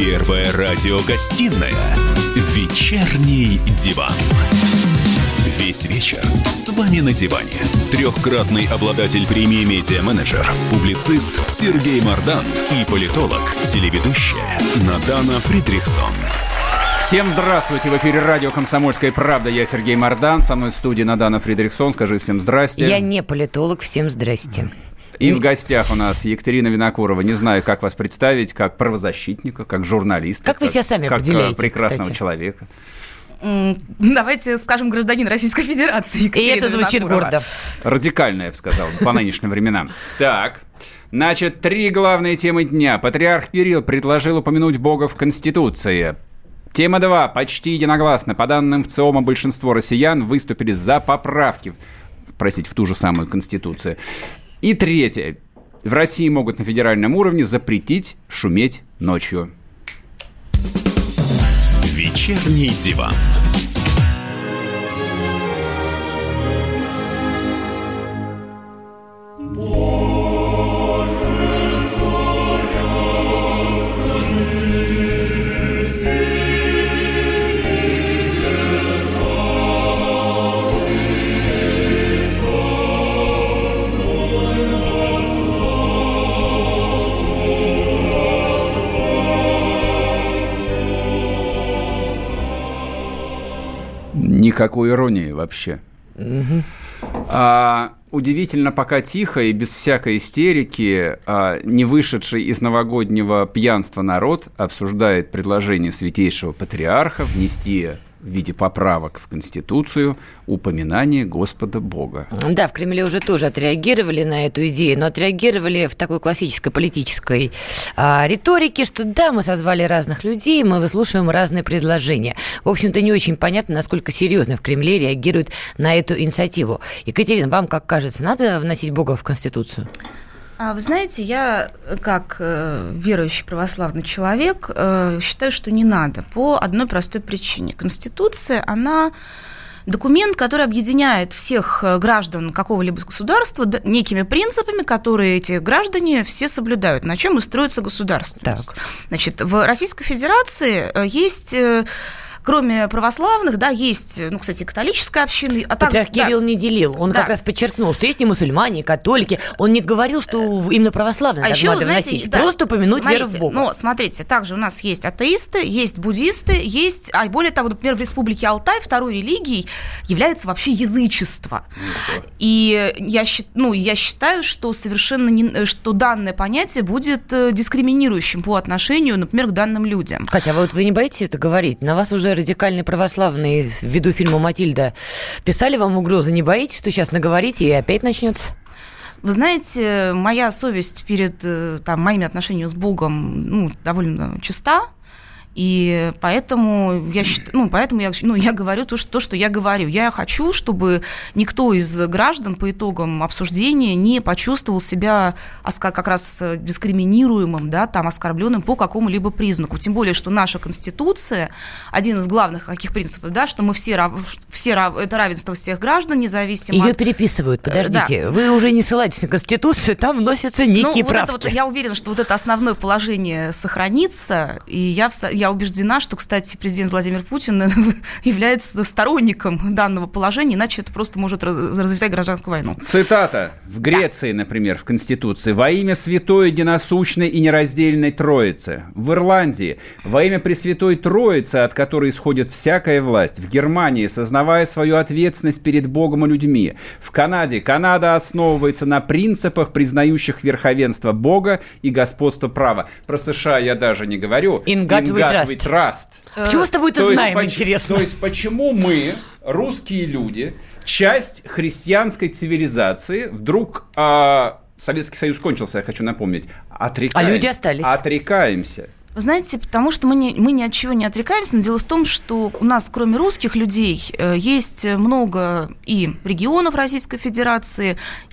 Первая радиогостинная «Вечерний диван». Весь вечер с вами на диване. Трехкратный обладатель премии «Медиа-менеджер», публицист Сергей Мардан и политолог, телеведущая Надана Фридрихсон. Всем здравствуйте! В эфире радио «Комсомольская правда». Я Сергей Мардан, со мной в студии Надана Фридрихсон. Скажи всем здрасте. Я не политолог, всем здрасте. И в гостях у нас Екатерина Винокурова. Не знаю, как вас представить, как правозащитника, как журналиста. Как вы себя сами определяете, как прекрасного кстати? Человека. Давайте скажем гражданин Российской Федерации Екатерина И это звучит Винокурова. гордо. Радикально, я бы сказал, по нынешним временам. Так, значит, 3 главные темы дня. Патриарх Кирилл предложил упомянуть Бога в Конституции. Тема 2. Почти единогласно. По данным ВЦИОМа, большинство россиян выступили за поправки, в ту же самую Конституцию. И 3. В России могут на федеральном уровне запретить шуметь ночью. Вечерний диван. Никакой иронии вообще. Удивительно, пока тихо и без всякой истерики, не вышедший из новогоднего пьянства народ обсуждает предложение Святейшего Патриарха внести в виде поправок в Конституцию упоминание Господа Бога. Да, в Кремле уже тоже отреагировали на эту идею, но отреагировали в такой классической политической риторике, что да, мы созвали разных людей, мы выслушиваем разные предложения. В общем-то, не очень понятно, насколько серьезно в Кремле реагируют на эту инициативу. Екатерина, вам как кажется, надо вносить Бога в Конституцию? Вы знаете, я, как верующий православный человек, считаю, что не надо по одной простой причине. Конституция, она документ, который объединяет всех граждан какого-либо государства некими принципами, которые эти граждане все соблюдают, на чем и строится государственность. Так. Значит, в Российской Федерации есть... Кроме православных, да, есть, кстати, католическая община. Патриарх Кирилл не делил. Он как раз подчеркнул, что есть и мусульмане, и католики. Он не говорил, что именно православные так надо вносить. Да, просто упомянуть веру в Бога. Но смотрите, также у нас есть атеисты, есть буддисты, есть... А более того, например, в Республике Алтай второй религией является вообще язычество. И я считаю, что совершенно что данное понятие будет дискриминирующим по отношению, например, к данным людям. Хотя вот вы не боитесь это говорить? На вас уже радикальные православные ввиду фильма «Матильда» писали вам угрозы. Не боитесь, что сейчас наговорите и опять начнется? Вы знаете, моя совесть перед моими отношениями с Богом довольно чиста. И поэтому я говорю то, что я говорю. Я хочу, чтобы никто из граждан по итогам обсуждения не почувствовал себя как раз дискриминируемым, да, оскорбленным по какому-либо признаку. Тем более, что наша Конституция, один из главных каких принципов, да, что мы это равенство всех граждан, независимо Ее переписывают, подождите. Да. Вы уже не ссылаетесь на Конституцию, там вносятся некие правки. Я уверена, что это основное положение сохранится, и я убеждена, что, кстати, президент Владимир Путин является сторонником данного положения, иначе это просто может развязать гражданскую войну. Цитата. В Греции, например, в Конституции: «Во имя святой, единосущной и нераздельной Троицы». В Ирландии: «Во имя Пресвятой Троицы, от которой исходит всякая власть». В Германии: «Сознавая свою ответственность перед Богом и людьми». В Канаде: «Канада основывается на принципах, признающих верховенство Бога и господство права». Про США я даже не говорю. In God we trust. Почему с тобой это знаем, интересно? То есть почему мы, русские люди, часть христианской цивилизации, вдруг... Советский Союз кончился, я хочу напомнить. А люди остались. Отрекаемся. Вы знаете, потому что мы ни от чего не отрекаемся, но дело в том, что у нас, кроме русских людей, есть много и регионов Российской Федерации,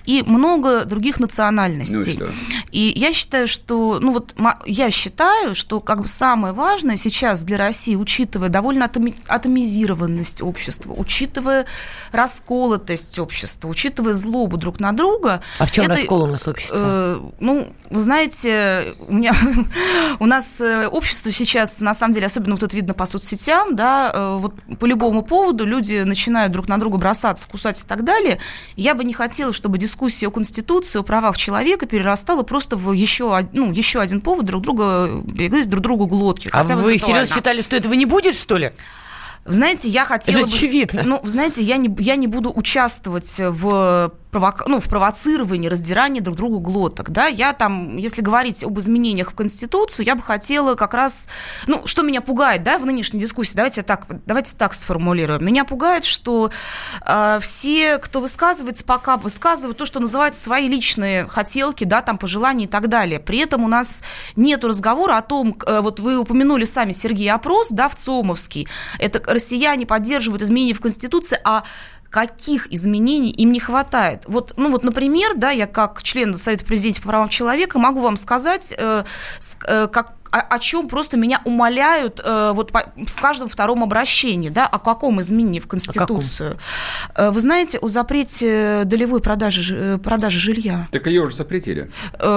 и много других национальностей. Ну и что? И я считаю, что, как бы самое важное сейчас для России, учитывая довольно атомизированность общества, учитывая расколотость общества, учитывая злобу друг на друга. А в чем раскол у нас общества? Вы знаете, у нас общество сейчас, на самом деле, особенно вот это видно по соцсетям, да, вот по любому поводу люди начинают друг на друга бросаться, кусать и так далее. Я бы не хотела, чтобы дискуссия о Конституции, о правах человека перерастала просто в еще один повод друг другу глотки. А вы серьезно считали, что этого не будет, что ли? Знаете, я хотела бы... очевидно. Знаете, я не буду участвовать в провоцировании, раздирании друг другу глоток, да, если говорить об изменениях в Конституцию, я бы хотела как раз, что меня пугает, да, в нынешней дискуссии, давайте так сформулируем, меня пугает, что все, кто высказывается, пока высказывают то, что называется свои личные хотелки, да, там, пожелания и так далее, при этом у нас нету разговора о том, вот вы упомянули сами Сергей опрос, да, в ЦИОМовский, это россияне поддерживают изменения в Конституции, а каких изменений им не хватает. Вот, например, да, я как член Совета президента по правам человека могу вам сказать, о чем просто меня умоляют в каждом втором обращении, да, о каком изменении в Конституцию. Вы знаете, о запрете долевой продажи жилья. Так ее уже запретили.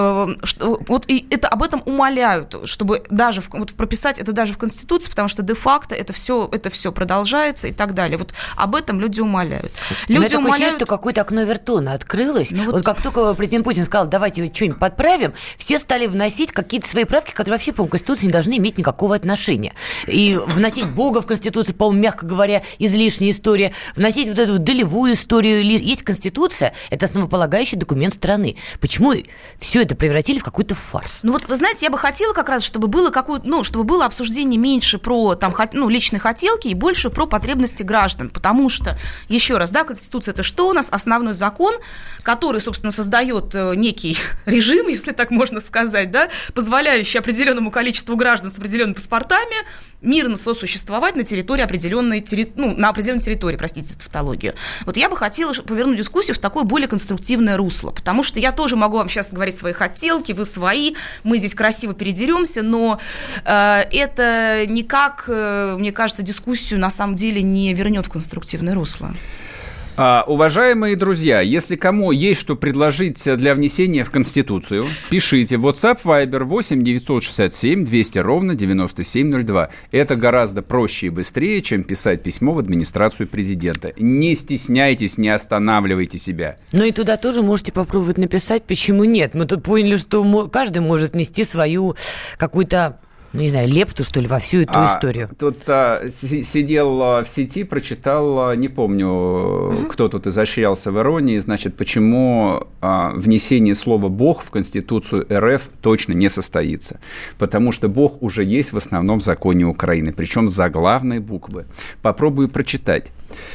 Об этом умоляют, чтобы даже прописать это даже в Конституции, потому что де-факто это все продолжается и так далее. Вот об этом люди умоляют. Люди такое ощущение, что какое-то окно Вертона открылось. Как только президент Путин сказал, давайте что-нибудь подправим, все стали вносить какие-то свои правки, которые вообще, по-моему, к Конституции не должны иметь никакого отношения. И вносить Бога в Конституцию, по-моему, мягко говоря, излишняя история. Вносить вот эту долевую историю. Есть Конституция, это основополагающий документ страны. Почему все это превратили в какой-то фарс? Вы знаете, я бы хотела как раз, чтобы было обсуждение меньше про личные хотелки и больше про потребности граждан. Потому что, еще раз, да, Конституция – это что у нас? Основной закон, который, собственно, создает некий режим, если так можно сказать, да, позволяющий определенному количеству граждан с определенными паспортами мирно сосуществовать на территории на определенной территории, простите за тавтологию. Вот я бы хотела повернуть дискуссию в такое более конструктивное русло, потому что я тоже могу вам сейчас говорить свои хотелки, вы свои, мы здесь красиво передеремся, но это никак, мне кажется, дискуссию на самом деле не вернет в конструктивное русло. Уважаемые друзья, если кому есть что предложить для внесения в Конституцию, пишите в WhatsApp Viber 8 967 200 ровно 9702. Это гораздо проще и быстрее, чем писать письмо в администрацию президента. Не стесняйтесь, не останавливайте себя. Ну и туда тоже можете попробовать написать, почему нет. Мы тут поняли, что каждый может внести свою какую-то, не знаю, лепту, что ли, во всю эту историю. Тут сидел в сети, прочитал, не помню, кто тут изощрялся в иронии, значит, почему внесение слова «Бог» в Конституцию РФ точно не состоится. Потому что Бог уже есть в основном законе Украины, причем заглавной буквы. Попробую прочитать.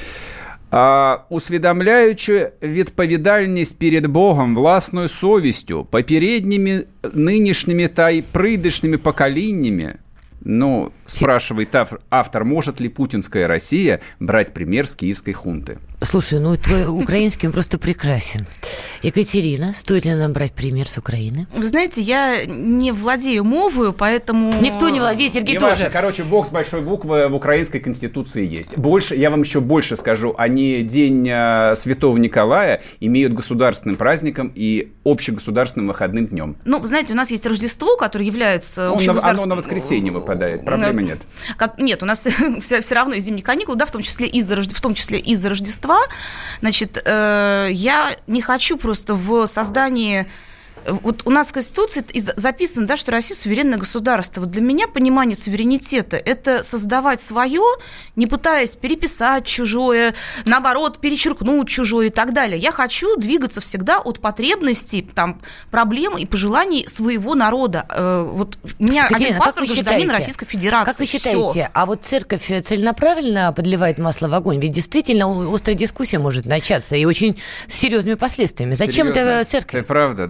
Усвідомляючи відповідальність перед Богом власною совістю, попередніми, нынешними та й прийдешніми поколіннями, спрашивает автор, может ли путинская Россия брать пример с киевской хунты? Слушай, твой украинский, он просто прекрасен. Екатерина, стоит ли нам брать пример с Украины? Вы знаете, я не владею мовою, поэтому... Никто не владеет, Сергей тоже. Короче, Бог с большой буквы в украинской конституции есть. Я вам еще больше скажу. Они День Святого Николая имеют государственным праздником и общегосударственным выходным днем. Вы знаете, у нас есть Рождество, которое является общегосударственным... Оно на воскресенье выпадает, проблемы нет. Нет, у нас все равно есть зимние каникулы, да, в том числе из-за Рождества. Значит, я не хочу просто в создании... Вот у нас в Конституции записано, да, что Россия суверенное государство. Вот для меня понимание суверенитета – это создавать свое, не пытаясь переписать чужое, наоборот, перечеркнуть чужое и так далее. Я хочу двигаться всегда от потребностей, проблем и пожеланий своего народа. Вот у меня один паспорт гражданина Российской Федерации. Как вы считаете, а вот церковь целенаправленно подливает масло в огонь? Ведь действительно острая дискуссия может начаться и очень с серьезными последствиями. Зачем это церковь? Это правда. Думаю,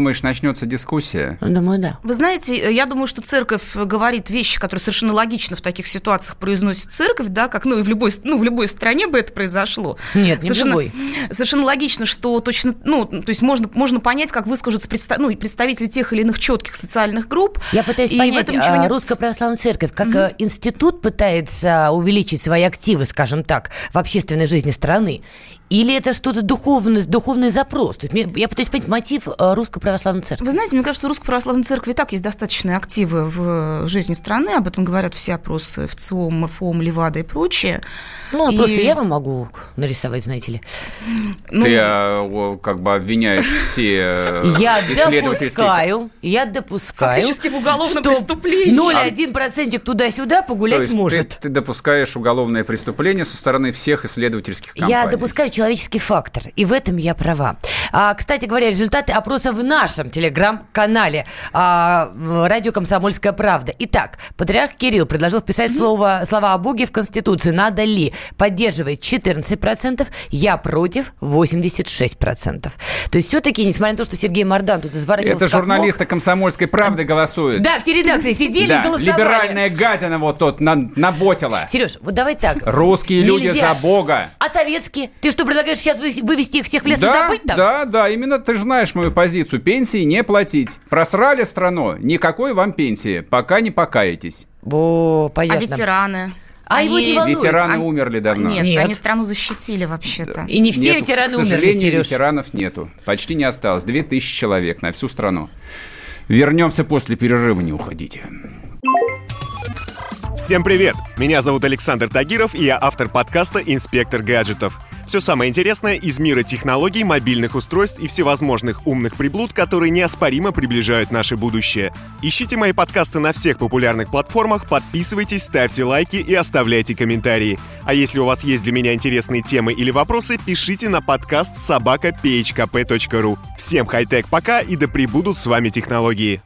думаешь, начнется дискуссия? Думаю, да. Вы знаете, я думаю, что церковь говорит вещи, которые совершенно логично в таких ситуациях произносит церковь, да, как, и в любой стране бы это произошло. Нет, не в любой. Совершенно логично, что точно, то есть можно понять, как выскажутся представители тех или иных четких социальных групп. Я пытаюсь понять, Русская Православная Церковь как институт пытается увеличить свои активы, скажем так, в общественной жизни страны, или это что-то духовный запрос? То есть я пытаюсь понять мотив Русской Православной Церкви. Вы знаете, мне кажется, у Русской Православной Церкви и так есть достаточные активы в жизни страны, об этом говорят все опросы ВЦИОМ, МФОМ, Левада и прочее. Опросы я вам могу нарисовать, знаете ли. Ты как бы обвиняешь все исследовательские... Я допускаю, фактически в уголовном преступлении. 0,1% туда-сюда погулять может. Ты допускаешь уголовное преступление со стороны всех исследовательских компаний. Я допускаю человеческий фактор, и в этом я права. Кстати говоря, результаты опроса в нашем телеграм-канале «Радио Комсомольская правда». Итак, патриарх Кирилл предложил вписать слова о Боге в Конституцию. Надо ли? Поддерживает 14%, я против 86%. То есть все-таки, несмотря на то, что Сергей Мордан тут изворачивался... Это журналисты «Комсомольской правды» голосуют. Да, все редакции сидели и голосовали. Либеральная гадина вот тут наботила. Сереж, вот давай так. Русские люди за Бога. А советские? Ты что, предлагаешь сейчас вывести их всех в лес и забыть там? Да, именно ты же знаешь мою позицию. Пенсии не платить. Просрали страну, никакой вам пенсии, пока не покаетесь. Понятно. А ветераны? Его не волнует. Ветераны умерли давно. Нет, они страну защитили вообще-то. И не все ветераны умерли, Сереж. К сожалению, ветеранов нету. Почти не осталось. 2000 человек на всю страну. Вернемся после перерыва, не уходите. Всем привет! Меня зовут Александр Тагиров, и я автор подкаста «Инспектор гаджетов». Все самое интересное из мира технологий, мобильных устройств и всевозможных умных приблуд, которые неоспоримо приближают наше будущее. Ищите мои подкасты на всех популярных платформах, подписывайтесь, ставьте лайки и оставляйте комментарии. А если у вас есть для меня интересные темы или вопросы, пишите на подкаст @phkp.ru. Всем хай-тек пока, и да пребудут с вами технологии.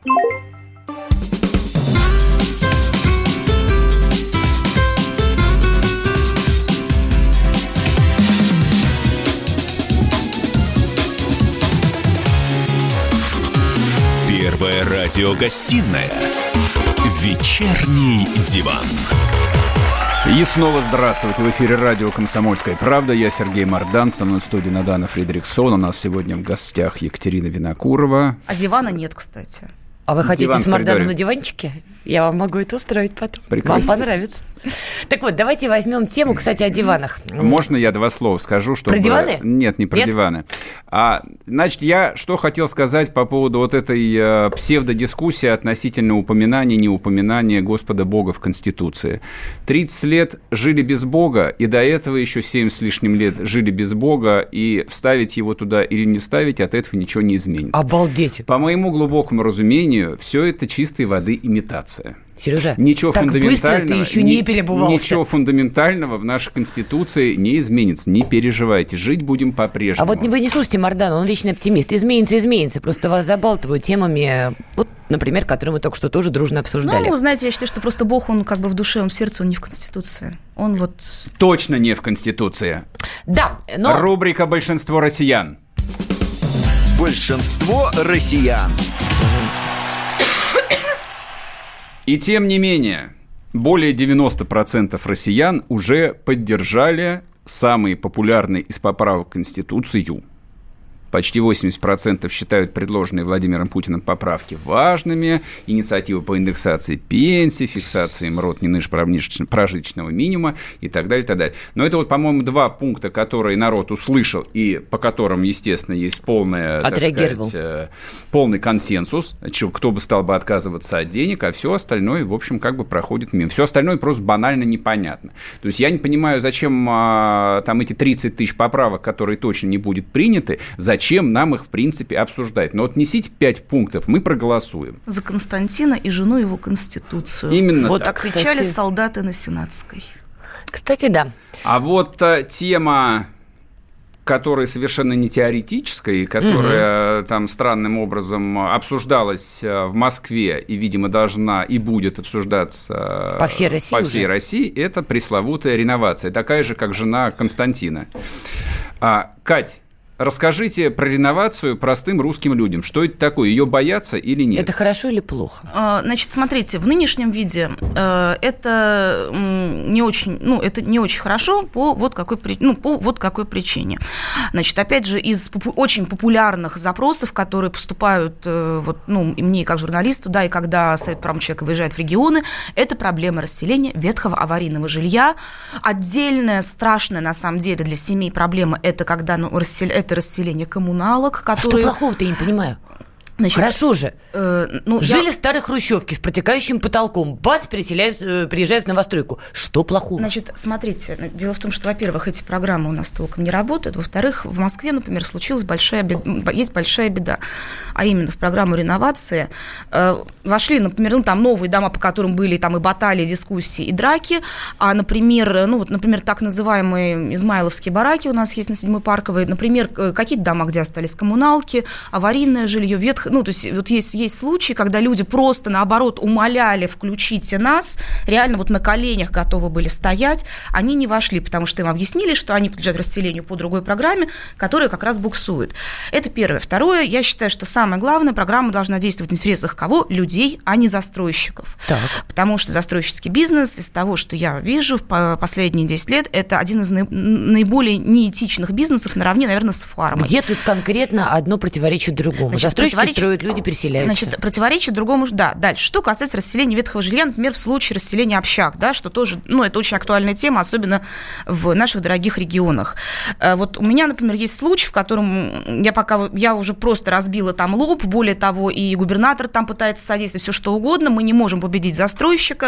Первая радиогостинная «Вечерний диван». И снова здравствуйте. В эфире радио «Комсомольская правда». Я Сергей Мордан. Со мной в студии Надана Фридрихсон. У нас сегодня в гостях Екатерина Винокурова. А дивана нет, кстати. А вы хотите с Морданом на диванчике? Я вам могу это устроить потом. Прекрасно. Вам понравится. Так вот, давайте возьмем тему, кстати, о диванах. Можно я два слова скажу? Чтобы... Про диваны? Нет, не про диваны. Значит, я что хотел сказать по поводу вот этой псевдодискуссии относительно упоминания, неупоминания Господа Бога в Конституции. 30 лет жили без Бога, и до этого еще 7 с лишним лет жили без Бога, и вставить его туда или не вставить, от этого ничего не изменится. Обалдеть. По моему глубокому разумению, все это чистой воды имитация. Сережа, ничего так быстро ты еще не перебывался. Ничего фундаментального в нашей Конституции не изменится. Не переживайте, жить будем по-прежнему. А вот вы не слушайте Мордана, он вечный оптимист. Изменится. Просто вас забалтывают темами, вот, например, которые мы только что тоже дружно обсуждали. Ну, знаете, я считаю, что просто Бог, он как бы в душе, он в сердце, он не в Конституции. Он вот... Точно не в Конституции. Да, но... Рубрика «Большинство россиян». Большинство россиян. И тем не менее, более 90% россиян уже поддержали самые популярные из поправок в Конституцию. Почти 80% считают предложенные Владимиром Путиным поправки важными. Инициативы по индексации пенсий, фиксации МРОТ не ниже прожиточного минимума и так далее, и так далее. Но это вот, по-моему, два пункта, которые народ услышал и по которым, естественно, есть полный консенсус. Кто бы стал бы отказываться от денег, а все остальное, в общем, как бы проходит мимо. Все остальное просто банально непонятно. То есть я не понимаю, зачем там эти 30 тысяч поправок, которые точно не будут приняты, зачем нам их, в принципе, обсуждать? Но вот несите 5 пунктов, мы проголосуем. За Константина и жену его Конституцию. Именно вот так. Кричали солдаты на Сенатской. Кстати, да. А вот тема, которая совершенно не теоретическая, и которая там странным образом обсуждалась в Москве и, видимо, должна и будет обсуждаться по всей России, это пресловутая реновация, такая же, как жена Константина. Кать, Расскажите про реновацию простым русским людям. Что это такое? Ее боятся или нет? Это хорошо или плохо? Значит, смотрите, в нынешнем виде это не очень хорошо по вот какой причине. Значит, опять же, из очень популярных запросов, которые поступают мне как журналисту, да, и когда Совет прав человека выезжает в регионы, это проблема расселения ветхого аварийного жилья. Отдельная, страшная, на самом деле, для семей проблема – это когда это расселение коммуналок, которые... А что плохого-то, я не понимаю? Значит, хорошо же. Жили в старой хрущевке с протекающим потолком. Бац, приезжают в новостройку. Что плохого? Значит, смотрите, дело в том, что, во-первых, эти программы у нас толком не работают. Во-вторых, в Москве, например, есть большая беда. А именно в программу реновации вошли, например, там новые дома, по которым были там и баталии, дискуссии, и драки. А, например, так называемые измайловские бараки у нас есть на 7-й Парковой. Например, какие-то дома, где остались коммуналки, аварийное жилье, ветхое. То есть вот есть случаи, когда люди просто, наоборот, умоляли «включите нас», реально вот на коленях готовы были стоять, они не вошли, потому что им объяснили, что они подлежат расселению по другой программе, которая как раз буксует. Это первое. Второе, я считаю, что самое главное, программа должна действовать в интересах кого? Людей, а не застройщиков. Так. Потому что застройщический бизнес, из того, что я вижу в последние 10 лет, это один из наиболее неэтичных бизнесов, наравне, наверное, с фармой. Где тут конкретно одно противоречит другому? Застройщики строят, люди переселяются. Значит, противоречит другому, да. Дальше. Что касается расселения ветхого жилья, например, в случае расселения общак, да, что тоже, это очень актуальная тема, особенно в наших дорогих регионах. Вот у меня, например, есть случай, в котором я уже просто разбила там лоб, более того, и губернатор там пытается содействовать, все что угодно, мы не можем победить застройщика.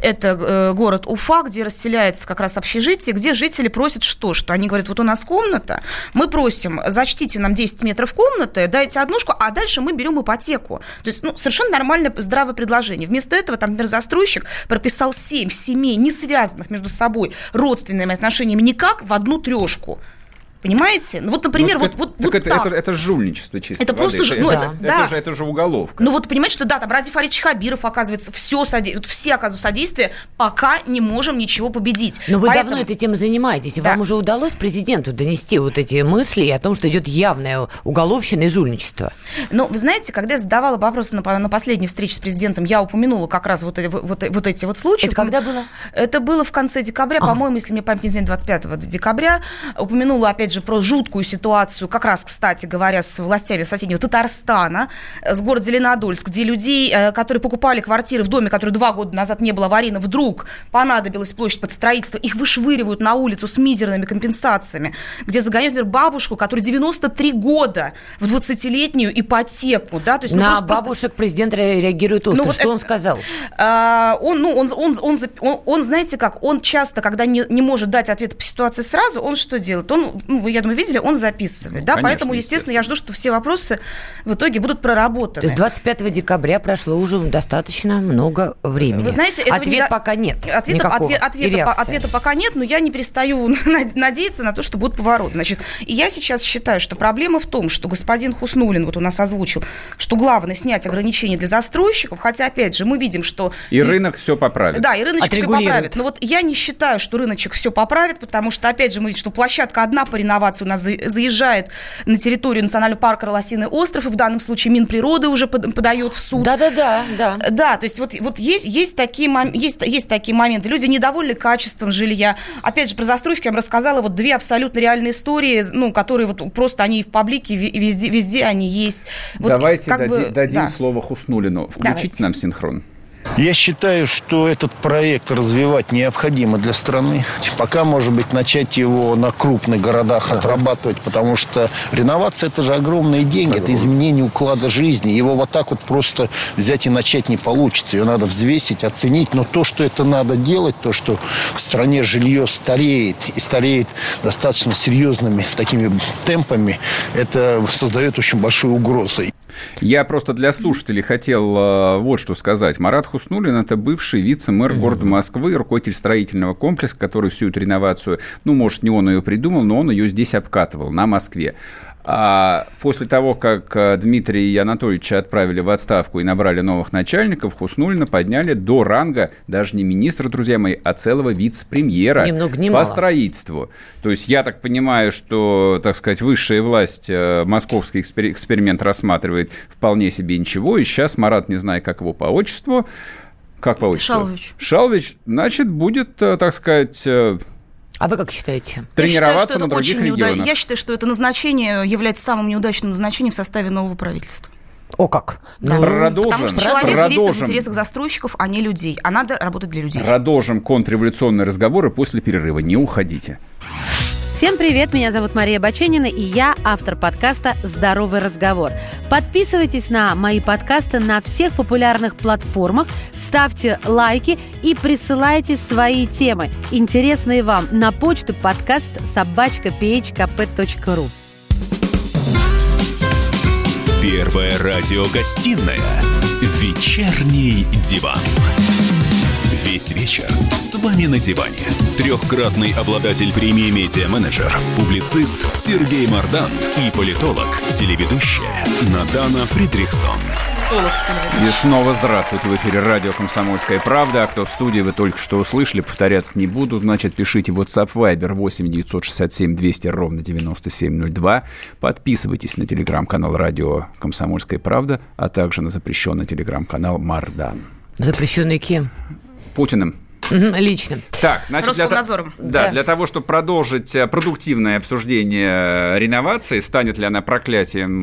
Это город Уфа, где расселяется как раз общежитие, где жители просят что они говорят, вот у нас комната, мы просим, зачтите нам 10 метров комнаты, дайте однушку, а дальше мы берем ипотеку. То есть, совершенно нормальное, здравое предложение. Вместо этого, там, например, застройщик прописал 7 семей, не связанных между собой родственными отношениями никак, в одну трешку. Понимаете? Например, это жульничество чисто. Это просто это же уголовка. Понимаете, что там Ради Фаридович Хабиров, оказывается, все оказывают содействие, пока не можем ничего победить. Но вы давно этой темой занимаетесь. Да. Вам уже удалось президенту донести вот эти мысли о том, что идет явная уголовщина и жульничество? Вы знаете, когда я задавала вопросы на последней встрече с президентом, я упомянула как раз вот эти вот случаи. Это когда было? Это было в конце декабря, по-моему, если мне память не изменяет, 25 декабря. Упомянула, опять же, про жуткую ситуацию, как раз, кстати говоря, с властями соседнего Татарстана, с города Зеленодольск, где людей, которые покупали квартиры в доме, который 2 года назад не был аварийным, вдруг понадобилась площадь под строительство, их вышвыривают на улицу с мизерными компенсациями, где загоняют, например, бабушку, которой 93 года, в 20-летнюю ипотеку. Да? То есть, на бабушек президент реагирует остро. Что он сказал? Он, знаете как, он часто, когда не может дать ответ по ситуации сразу, он что делает? Я думаю, видели, он записывает. Да? Конечно, поэтому, естественно, я жду, что все вопросы в итоге будут проработаны. То есть 25 декабря прошло уже достаточно много времени. Вы знаете, пока нет. Ответа пока нет, но я не перестаю надеяться на то, что будет поворот. Значит, и я сейчас считаю, что проблема в том, что господин Хуснуллин вот у нас озвучил, что главное снять ограничения для застройщиков, хотя, опять же, мы видим, что... И рынок все поправит. Да, и рыночек все поправит. Но вот я не считаю, что рыночек все поправит, потому что, опять же, мы видим, что площадка одна по реновации у нас заезжает на территорию национального парка Лосиный остров, и в данном случае Минприроды уже подает в суд. Да. Да, то есть вот есть такие моменты. Люди недовольны качеством жилья. Опять же, про застройщики я вам рассказала вот 2 абсолютно реальные истории, которые вот просто они в паблике, везде они есть. Давайте дадим слово Хуснуллину. Включите нам синхрон. Я считаю, что этот проект развивать необходимо для страны. Пока, может быть, начать его на крупных городах отрабатывать, потому что реновация – это же огромные деньги, это изменение уклада жизни. Его вот так вот просто взять и начать не получится. Ее надо взвесить, оценить. Но то, что это надо делать, то, что в стране жилье стареет, и стареет достаточно серьезными такими темпами, это создает очень большую угрозу. Я просто для слушателей хотел вот что сказать. Марат Хуснуллин – это бывший вице-мэр города Москвы, руководитель строительного комплекса, который всю эту реновацию, может, не он ее придумал, но он ее здесь обкатывал, на Москве. А после того, как Дмитрия Анатольевича отправили в отставку и набрали новых начальников, Хуснуллина подняли до ранга даже не министра, друзья мои, а целого вице-премьера по строительству. То есть я так понимаю, что, так сказать, высшая власть московский эксперимент рассматривает вполне себе ничего. И сейчас Марат, не знаю, как его по отчеству, как по отчеству? Шалович, значит, будет, так сказать... А вы как считаете? Тренироваться на других регионах. Я считаю, что это назначение является самым неудачным назначением в составе нового правительства. О, как? Да. Потому что человек действует в интересах застройщиков, а не людей. А надо работать для людей. Продолжим контрреволюционные разговоры после перерыва. Не уходите. Всем привет, меня зовут Мария Баченина, и я автор подкаста «Здоровый разговор». Подписывайтесь на мои подкасты на всех популярных платформах, ставьте лайки и присылайте свои темы, интересные вам, на почту podcast@phkp.ru. Первая радиогостинная «Вечерний диван». Весь вечер с вами на диване. Трехкратный обладатель премии «Медиа-менеджер», публицист Сергей Мардан и политолог, телеведущая Надана Фридрихсон. И снова здравствуйте. В эфире радио «Комсомольская правда». А кто в студии, вы только что услышали, повторяться не буду. Значит, пишите WhatsApp, Viber 8 967 200 ровно 9702. Подписывайтесь на телеграм-канал радио «Комсомольская правда», а также на запрещенный телеграм-канал «Мардан». Запрещенный кем? Путиным. Лично. Так, значит, Роскомнадзором. для того, чтобы продолжить продуктивное обсуждение реновации, станет ли она проклятием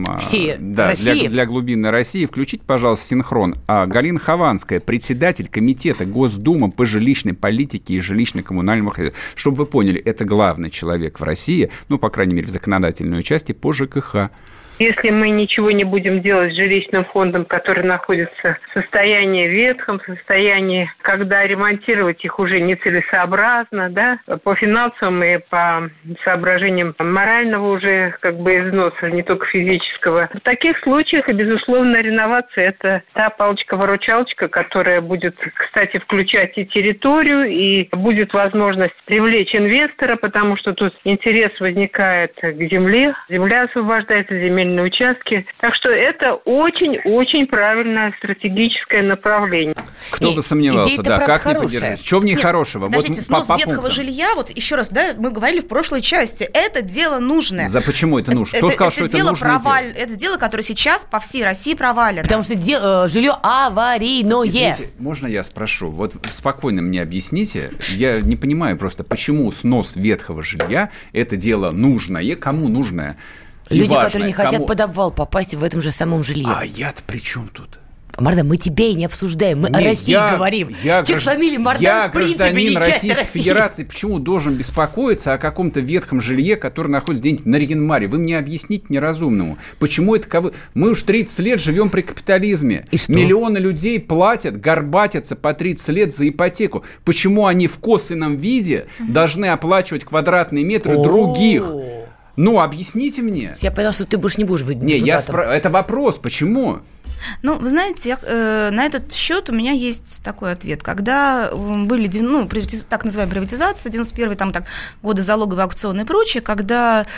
для глубинной России, включите, пожалуйста, синхрон. Галина Хованская, председатель комитета Госдумы по жилищной политике и жилищно-коммунальному хозяйству. Чтобы вы поняли, это главный человек в России, ну, по крайней мере, в законодательной части по ЖКХ. Если мы ничего не будем делать с жилищным фондом, который находится в состоянии ветхом, в состоянии, когда ремонтировать их уже нецелесообразно, да, по финансовым и по соображениям морального уже износа, не только физического. В таких случаях, безусловно, реновация – это та палочка-выручалочка, которая будет, кстати, включать и территорию, и будет возможность привлечь инвестора, потому что тут интерес возникает к земле, земля освобождается, земельные участки. Так что это очень-очень правильное стратегическое направление. Кто бы сомневался, да, как не поддержать? Что в ней хорошего? Подождите, снос ветхого жилья, вот еще раз, да, мы говорили в прошлой части, это дело нужное. Почему это нужно? Кто сказал, что это нужное дело? Это дело, которое сейчас по всей России провалено. Потому что жилье аварийное. Извините, можно я спрошу? Вот спокойно мне объясните. Я не понимаю просто, почему снос ветхого жилья – это дело нужное, кому нужное? Люди, которые не хотят под обвал попасть в этом же самом жилье. А я-то при чем тут? Мардан, мы тебя и не обсуждаем, мы о России говорим. Человек с фамилией Мардан, в принципе, не часть Российской Федерации. Почему должен беспокоиться о каком-то ветхом жилье, которое находится где-нибудь на Регенмаре? Вы мне объясните неразумному. Почему это... Мы уж 30 лет живем при капитализме. Миллионы людей платят, горбатятся по 30 лет за ипотеку. Почему они в косвенном виде должны оплачивать квадратные метры других? Ну, объясните мне. Я поняла, что ты больше не будешь быть депутатом. Это вопрос. Почему? Ну, вы знаете, на этот счет у меня есть такой ответ. Когда были так называемая приватизация, 91-й, годы залоговые, аукционы и прочее, когда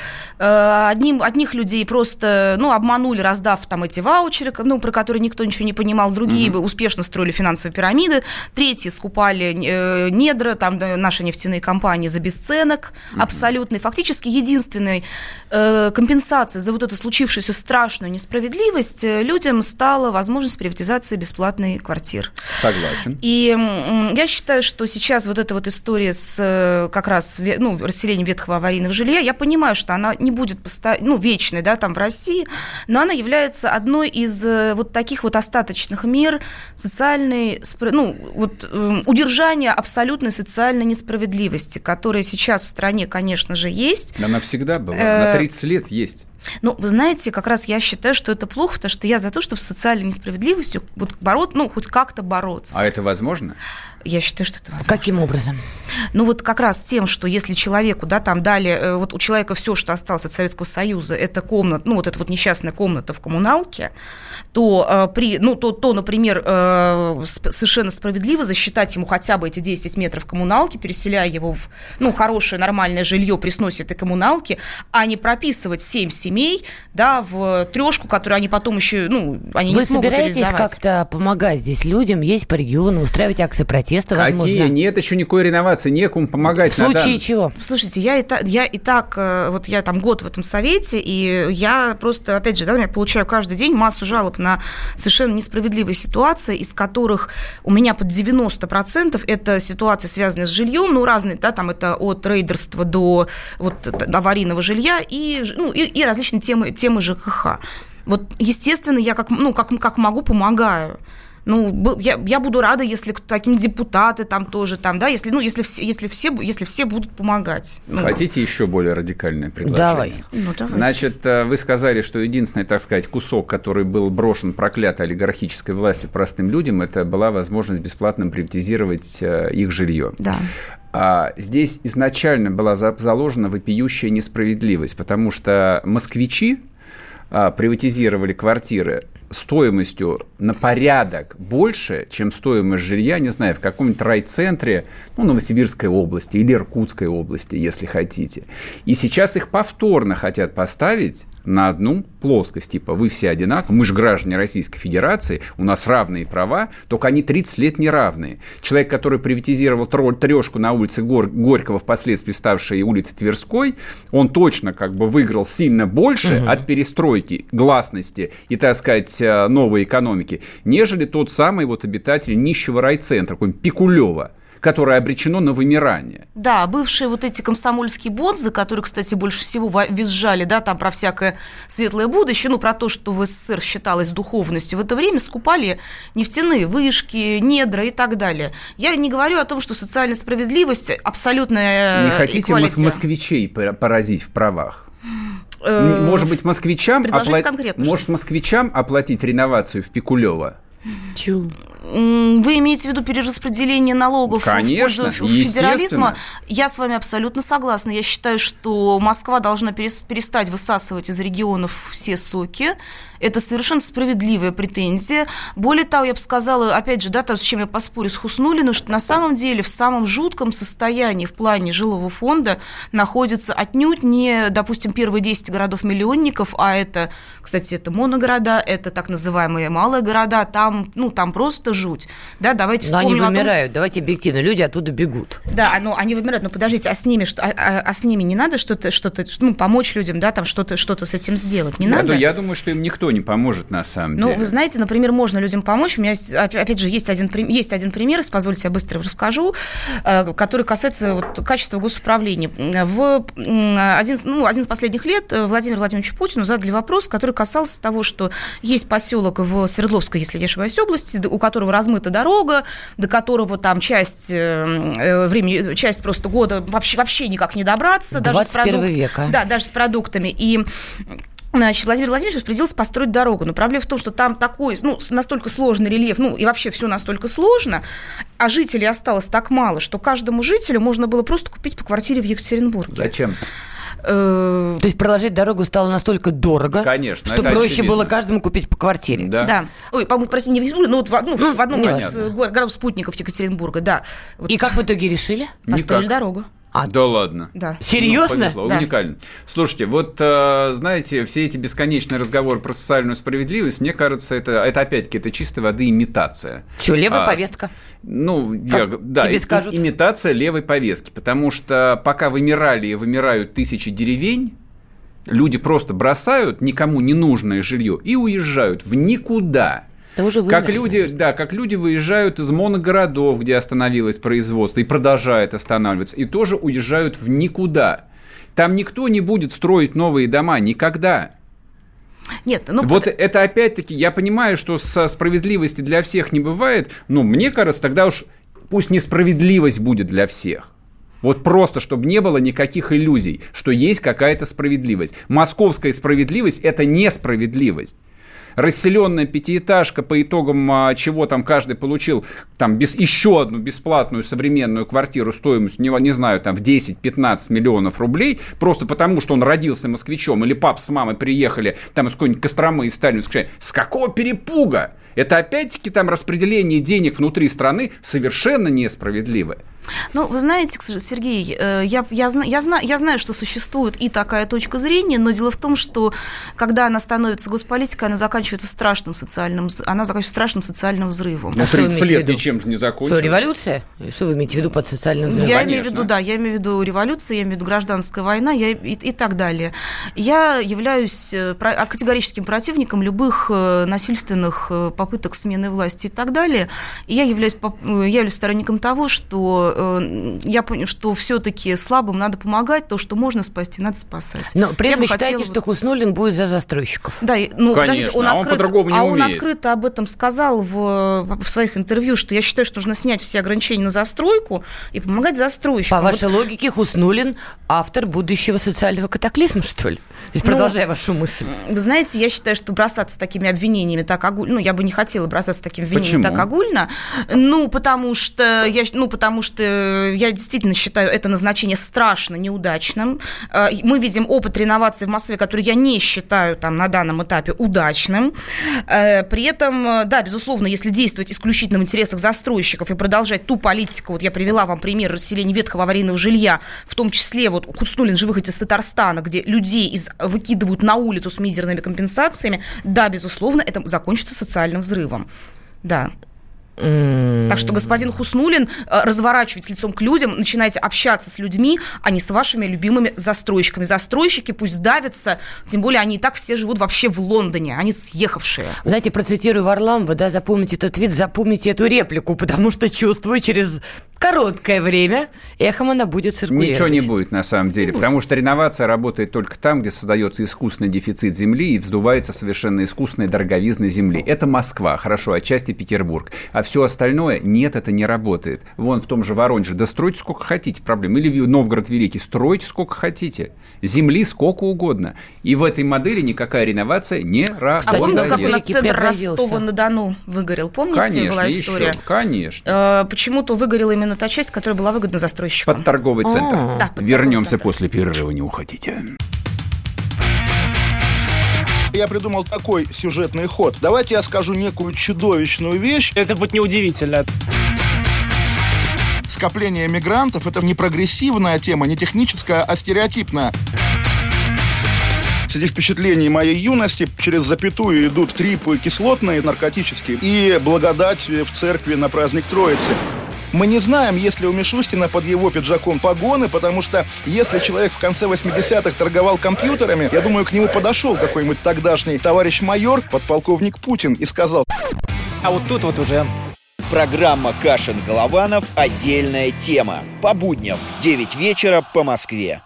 одних людей просто обманули, раздав эти ваучеры, про которые никто ничего не понимал, другие успешно строили финансовые пирамиды, третьи скупали недра, наши нефтяные компании за бесценок абсолютный. Фактически единственной компенсацией за вот эту случившуюся страшную несправедливость людям стала возможность приватизации бесплатных квартир. Согласен. И я считаю, что сейчас вот эта вот история с как раз расселением ветхого аварийного жилья, я понимаю, что она не будет вечной, да, там в России, но она является одной из вот таких вот остаточных мер социальной, удержания абсолютной социальной несправедливости, которая сейчас в стране, конечно же, есть. Она всегда была, на 30 лет есть. Вы знаете, как раз я считаю, что это плохо, потому что я за то, чтобы с социальной несправедливостью хоть как-то бороться. А это возможно? Я считаю, что это возможно. Каким образом? Вот как раз тем, что если человеку, там дали, вот у человека все, что осталось от Советского Союза, это комната, вот эта вот несчастная комната в коммуналке, то, например, совершенно справедливо засчитать ему хотя бы эти 10 метров коммуналки, переселяя его в хорошее нормальное жилье при сносе этой коммуналки, а не прописывать 7 семей, да, в трешку, которую они потом еще, они не смогут реализовать. Вы собираетесь как-то помогать здесь людям, ездить по региону, устраивать акции протеста, возможно? Какие? Нет еще никакой реновации, некому помогать. В случае чего? Слушайте, я там год в этом совете, и я просто, опять же, я получаю каждый день массу жалоб на совершенно несправедливые ситуации, из которых у меня под 90% это ситуации, связанные с жильем, разные, да, там это от рейдерства до аварийного жилья и различные темы ЖКХ. Вот, естественно, я как могу, помогаю. Я буду рада, если таким депутаты там тоже, там, да, если все будут помогать. Хотите еще более радикальное предложение? Давай. Значит, вы сказали, что единственный, так сказать, кусок, который был брошен проклятой олигархической властью простым людям, это была возможность бесплатно приватизировать их жилье. Да. Здесь изначально была заложена вопиющая несправедливость, потому что москвичи приватизировали квартиры стоимостью на порядок больше, чем стоимость жилья, не знаю, в каком-нибудь райцентре, Новосибирской области или Иркутской области, если хотите. И сейчас их повторно хотят поставить на одну плоскость. Типа, вы все одинаковы, мы же граждане Российской Федерации, у нас равные права, только они 30 лет не равные. Человек, который приватизировал трешку на улице Горького, впоследствии ставшей улицей Тверской, он точно выиграл сильно больше от перестройки, гласности и, так сказать, новой экономики, нежели тот самый обитатель нищего райцентра, какой-нибудь Пикулева, которое обречено на вымирание. Да, бывшие эти комсомольские бонзы, которые, кстати, больше всего визжали, да, там про всякое светлое будущее, про то, что в СССР считалось духовностью, в это время скупали нефтяные вышки, недра и так далее. Я не говорю о том, что социальная справедливость абсолютная. Не хотите москвичей поразить в правах? Может быть, москвичам оплатить реновацию в Пикулево? Вы имеете в виду перераспределение налогов в пользу федерализма? Я с вами абсолютно согласна. Я считаю, что Москва должна перестать высасывать из регионов все соки. Это совершенно справедливая претензия. Более того, я бы сказала, опять же, с чем я поспорю с Хуснуллиным, что на самом деле в самом жутком состоянии в плане жилого фонда находятся отнюдь не, допустим, первые 10 городов-миллионников, а это, кстати, это моногорода, это так называемые малые города, там просто жуть. Да, давайте вспомним. Но они вымирают, давайте объективно, люди оттуда бегут. Да, они вымирают, но подождите, а с ними не надо что-то помочь людям, да, там что-то с этим сделать, не надо? Я думаю, что им никто не поможет на самом деле. Вы знаете, например, можно людям помочь. У меня, опять же, есть один пример, позвольте, я быстро расскажу, который касается качества госуправления. Один из последних лет Владимиру Владимировичу Путину задали вопрос, который касался того, что есть поселок в Свердловской, если я не ошибаюсь, области, у которого размыта дорога, до которого там часть просто года вообще никак не добраться. 21 века. Да, даже с продуктами. И Владимир Владимирович распорядился построить дорогу. Но проблема в том, что там такой, настолько сложный рельеф, и вообще все настолько сложно, а жителей осталось так мало, что каждому жителю можно было просто купить по квартире в Екатеринбурге. Зачем? То есть проложить дорогу стало настолько дорого, конечно, что проще было каждому купить по квартире. Да. Ой, по-моему, простите, не в Екатеринбурге, но в одном из городов-спутников Екатеринбурга, да. И как в итоге решили? Построили дорогу. Да ладно. Да. Серьезно? Да. Уникально. Слушайте, знаете, все эти бесконечные разговоры про социальную справедливость, мне кажется, это опять-таки, это чистой воды имитация. Что, левая повестка? Тебе скажут? Имитация левой повестки, потому что пока вымирали и вымирают тысячи деревень, люди просто бросают никому не нужное жилье и уезжают в никуда. Как люди выезжают из моногородов, где остановилось производство, и продолжает останавливаться, и тоже уезжают в никуда. Там никто не будет строить новые дома никогда. Нет, это опять-таки, я понимаю, что справедливости для всех не бывает, но мне кажется, тогда уж пусть несправедливость будет для всех. Просто, чтобы не было никаких иллюзий, что есть какая-то справедливость. Московская справедливость – это несправедливость. Расселенная пятиэтажка, по итогам чего там каждый получил еще одну бесплатную современную квартиру стоимостью, не знаю, в 10-15 миллионов рублей, просто потому, что он родился москвичом, или папа с мамой приехали из какой-нибудь Костромы, из Сталинска. С какого перепуга? Это опять-таки распределение денег внутри страны совершенно несправедливое. Ну, вы знаете, Сергей, я знаю, что существует и такая точка зрения, но дело в том, что когда она становится госполитикой, она заканчивается страшным социальным взрывом. Ну, 30 лет ничем же не закончилось. Что, революция? Что вы имеете в виду под социальным взрывом? Я имею в виду революция, я имею в виду гражданская война и так далее. Я являюсь категорическим противником любых насильственных попыток смены власти и так далее. И я являюсь сторонником того, что я понял, что все-таки слабым надо помогать, то, что можно спасти, надо спасать. Но при этом считаете, что Хуснуллин будет за застройщиков? Да, ну, конечно, он по-другому не умеет. Он открыто об этом сказал в своих интервью, что я считаю, что нужно снять все ограничения на застройку и помогать застройщикам. По вашей логике, Хуснуллин автор будущего социального катаклизма, что ли? То есть, продолжая вашу мысль. Вы знаете, я считаю, что бросаться такими обвинениями так огульно, я бы не хотела бросаться такими обвинениями так огульно, потому что я действительно считаю это назначение страшно неудачным. Мы видим опыт реновации в Москве, который я не считаю на данном этапе удачным. При этом, да, безусловно, если действовать исключительно в интересах застройщиков и продолжать ту политику, я привела вам пример расселения ветхого аварийного жилья, в том числе Хуснуллин же выходит из Татарстана, где людей выкидывают на улицу с мизерными компенсациями, да, безусловно, это закончится социальным взрывом. Да. Так что, господин Хуснуллин, разворачивайтесь лицом к людям, начинайте общаться с людьми, а не с вашими любимыми застройщиками. Застройщики пусть давятся, тем более они и так все живут вообще в Лондоне, они съехавшие. Знаете, процитирую Варламова, да, запомните этот твит, запомните эту реплику, потому что чувствую, через короткое время эхом она будет циркулировать. Ничего не будет, на самом деле, потому что реновация работает только там, где создается искусственный дефицит земли и вздувается совершенно искусственная дороговизна земли. Это Москва, хорошо, отчасти Петербург. А все остальное, нет, это не работает. Вон в том же Воронеже, да стройте сколько хотите, проблем. Или Новгород Великий, стройте сколько хотите. Земли сколько угодно. И в этой модели никакая реновация не работает. А помните, как у нас центр Ростова-на-Дону выгорел? Помните, конечно, была история? Еще, конечно. Почему-то выгорела именно та часть, которая была выгодна застройщикам. Под торговый центр. Да, вернемся после перерыва, не уходите. Я придумал такой сюжетный ход. Давайте я скажу некую чудовищную вещь. Это будет неудивительно. Скопление мигрантов – это не прогрессивная тема, не техническая, а стереотипная. Среди впечатлений моей юности через запятую идут трипы кислотные, наркотические, и благодать в церкви на праздник Троицы. Мы не знаем, есть ли у Мишустина под его пиджаком погоны, потому что если человек в конце 80-х торговал компьютерами, я думаю, к нему подошел какой-нибудь тогдашний товарищ майор, подполковник Путин, и сказал: а вот тут вот уже... Программа «Кашин-Голованов. Отдельная тема». По будням в 9 вечера по Москве.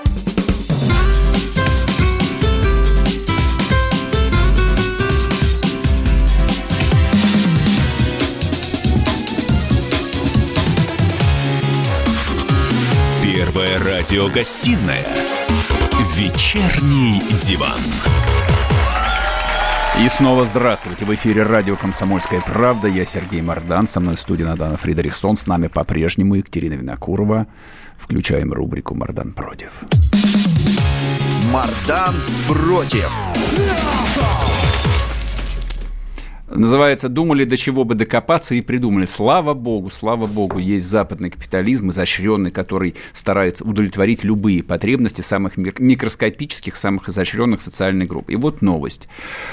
Первая радиогостинная «Вечерний диван». И снова здравствуйте. В эфире радио «Комсомольская правда». Я Сергей Мордан. Со мной в студии Надана Фридрихсон. С нами по-прежнему Екатерина Винокурова. Включаем рубрику «Мордан против». Мордан против. Называется «Думали, до чего бы докопаться, и придумали». Слава богу, есть западный капитализм изощренный, который старается удовлетворить любые потребности самых микроскопических, самых изощренных социальных групп. И вот новость.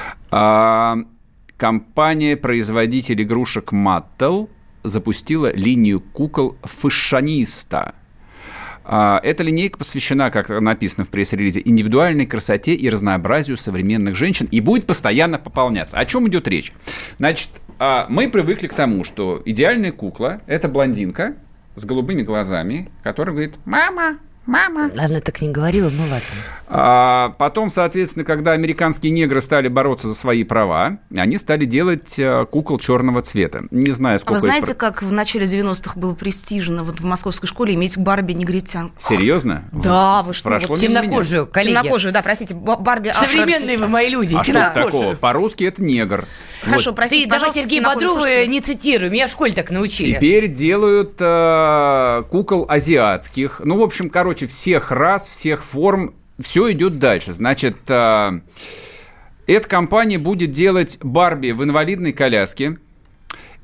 Компания-производитель игрушек Mattel запустила линию кукол «Фэшиониста». Эта линейка посвящена, как написано в пресс-релизе, индивидуальной красоте и разнообразию современных женщин и будет постоянно пополняться. О чем идет речь? Значит, мы привыкли к тому, что идеальная кукла – это блондинка с голубыми глазами, которая говорит «мама». Она так не говорила, ну ладно. Потом, соответственно, когда американские негры стали бороться за свои права, они стали делать кукол черного цвета. Не знаю, сколько... А вы знаете, как в начале 90-х было престижно в московской школе иметь Барби-негритянку? Серьезно? Да, вы что? Темнокожую, коллеги. Темнокожую, да, простите, Барби... Современные вы мои люди, а что такого? По-русски это негр. Хорошо, простите, ты давай Сергея Бодрова не цитируй, меня в школе так научили. Теперь делают кукол азиатских. Ну, в общем, всех рас, всех форм. Все идет дальше. Значит, эта компания будет делать Барби в инвалидной коляске.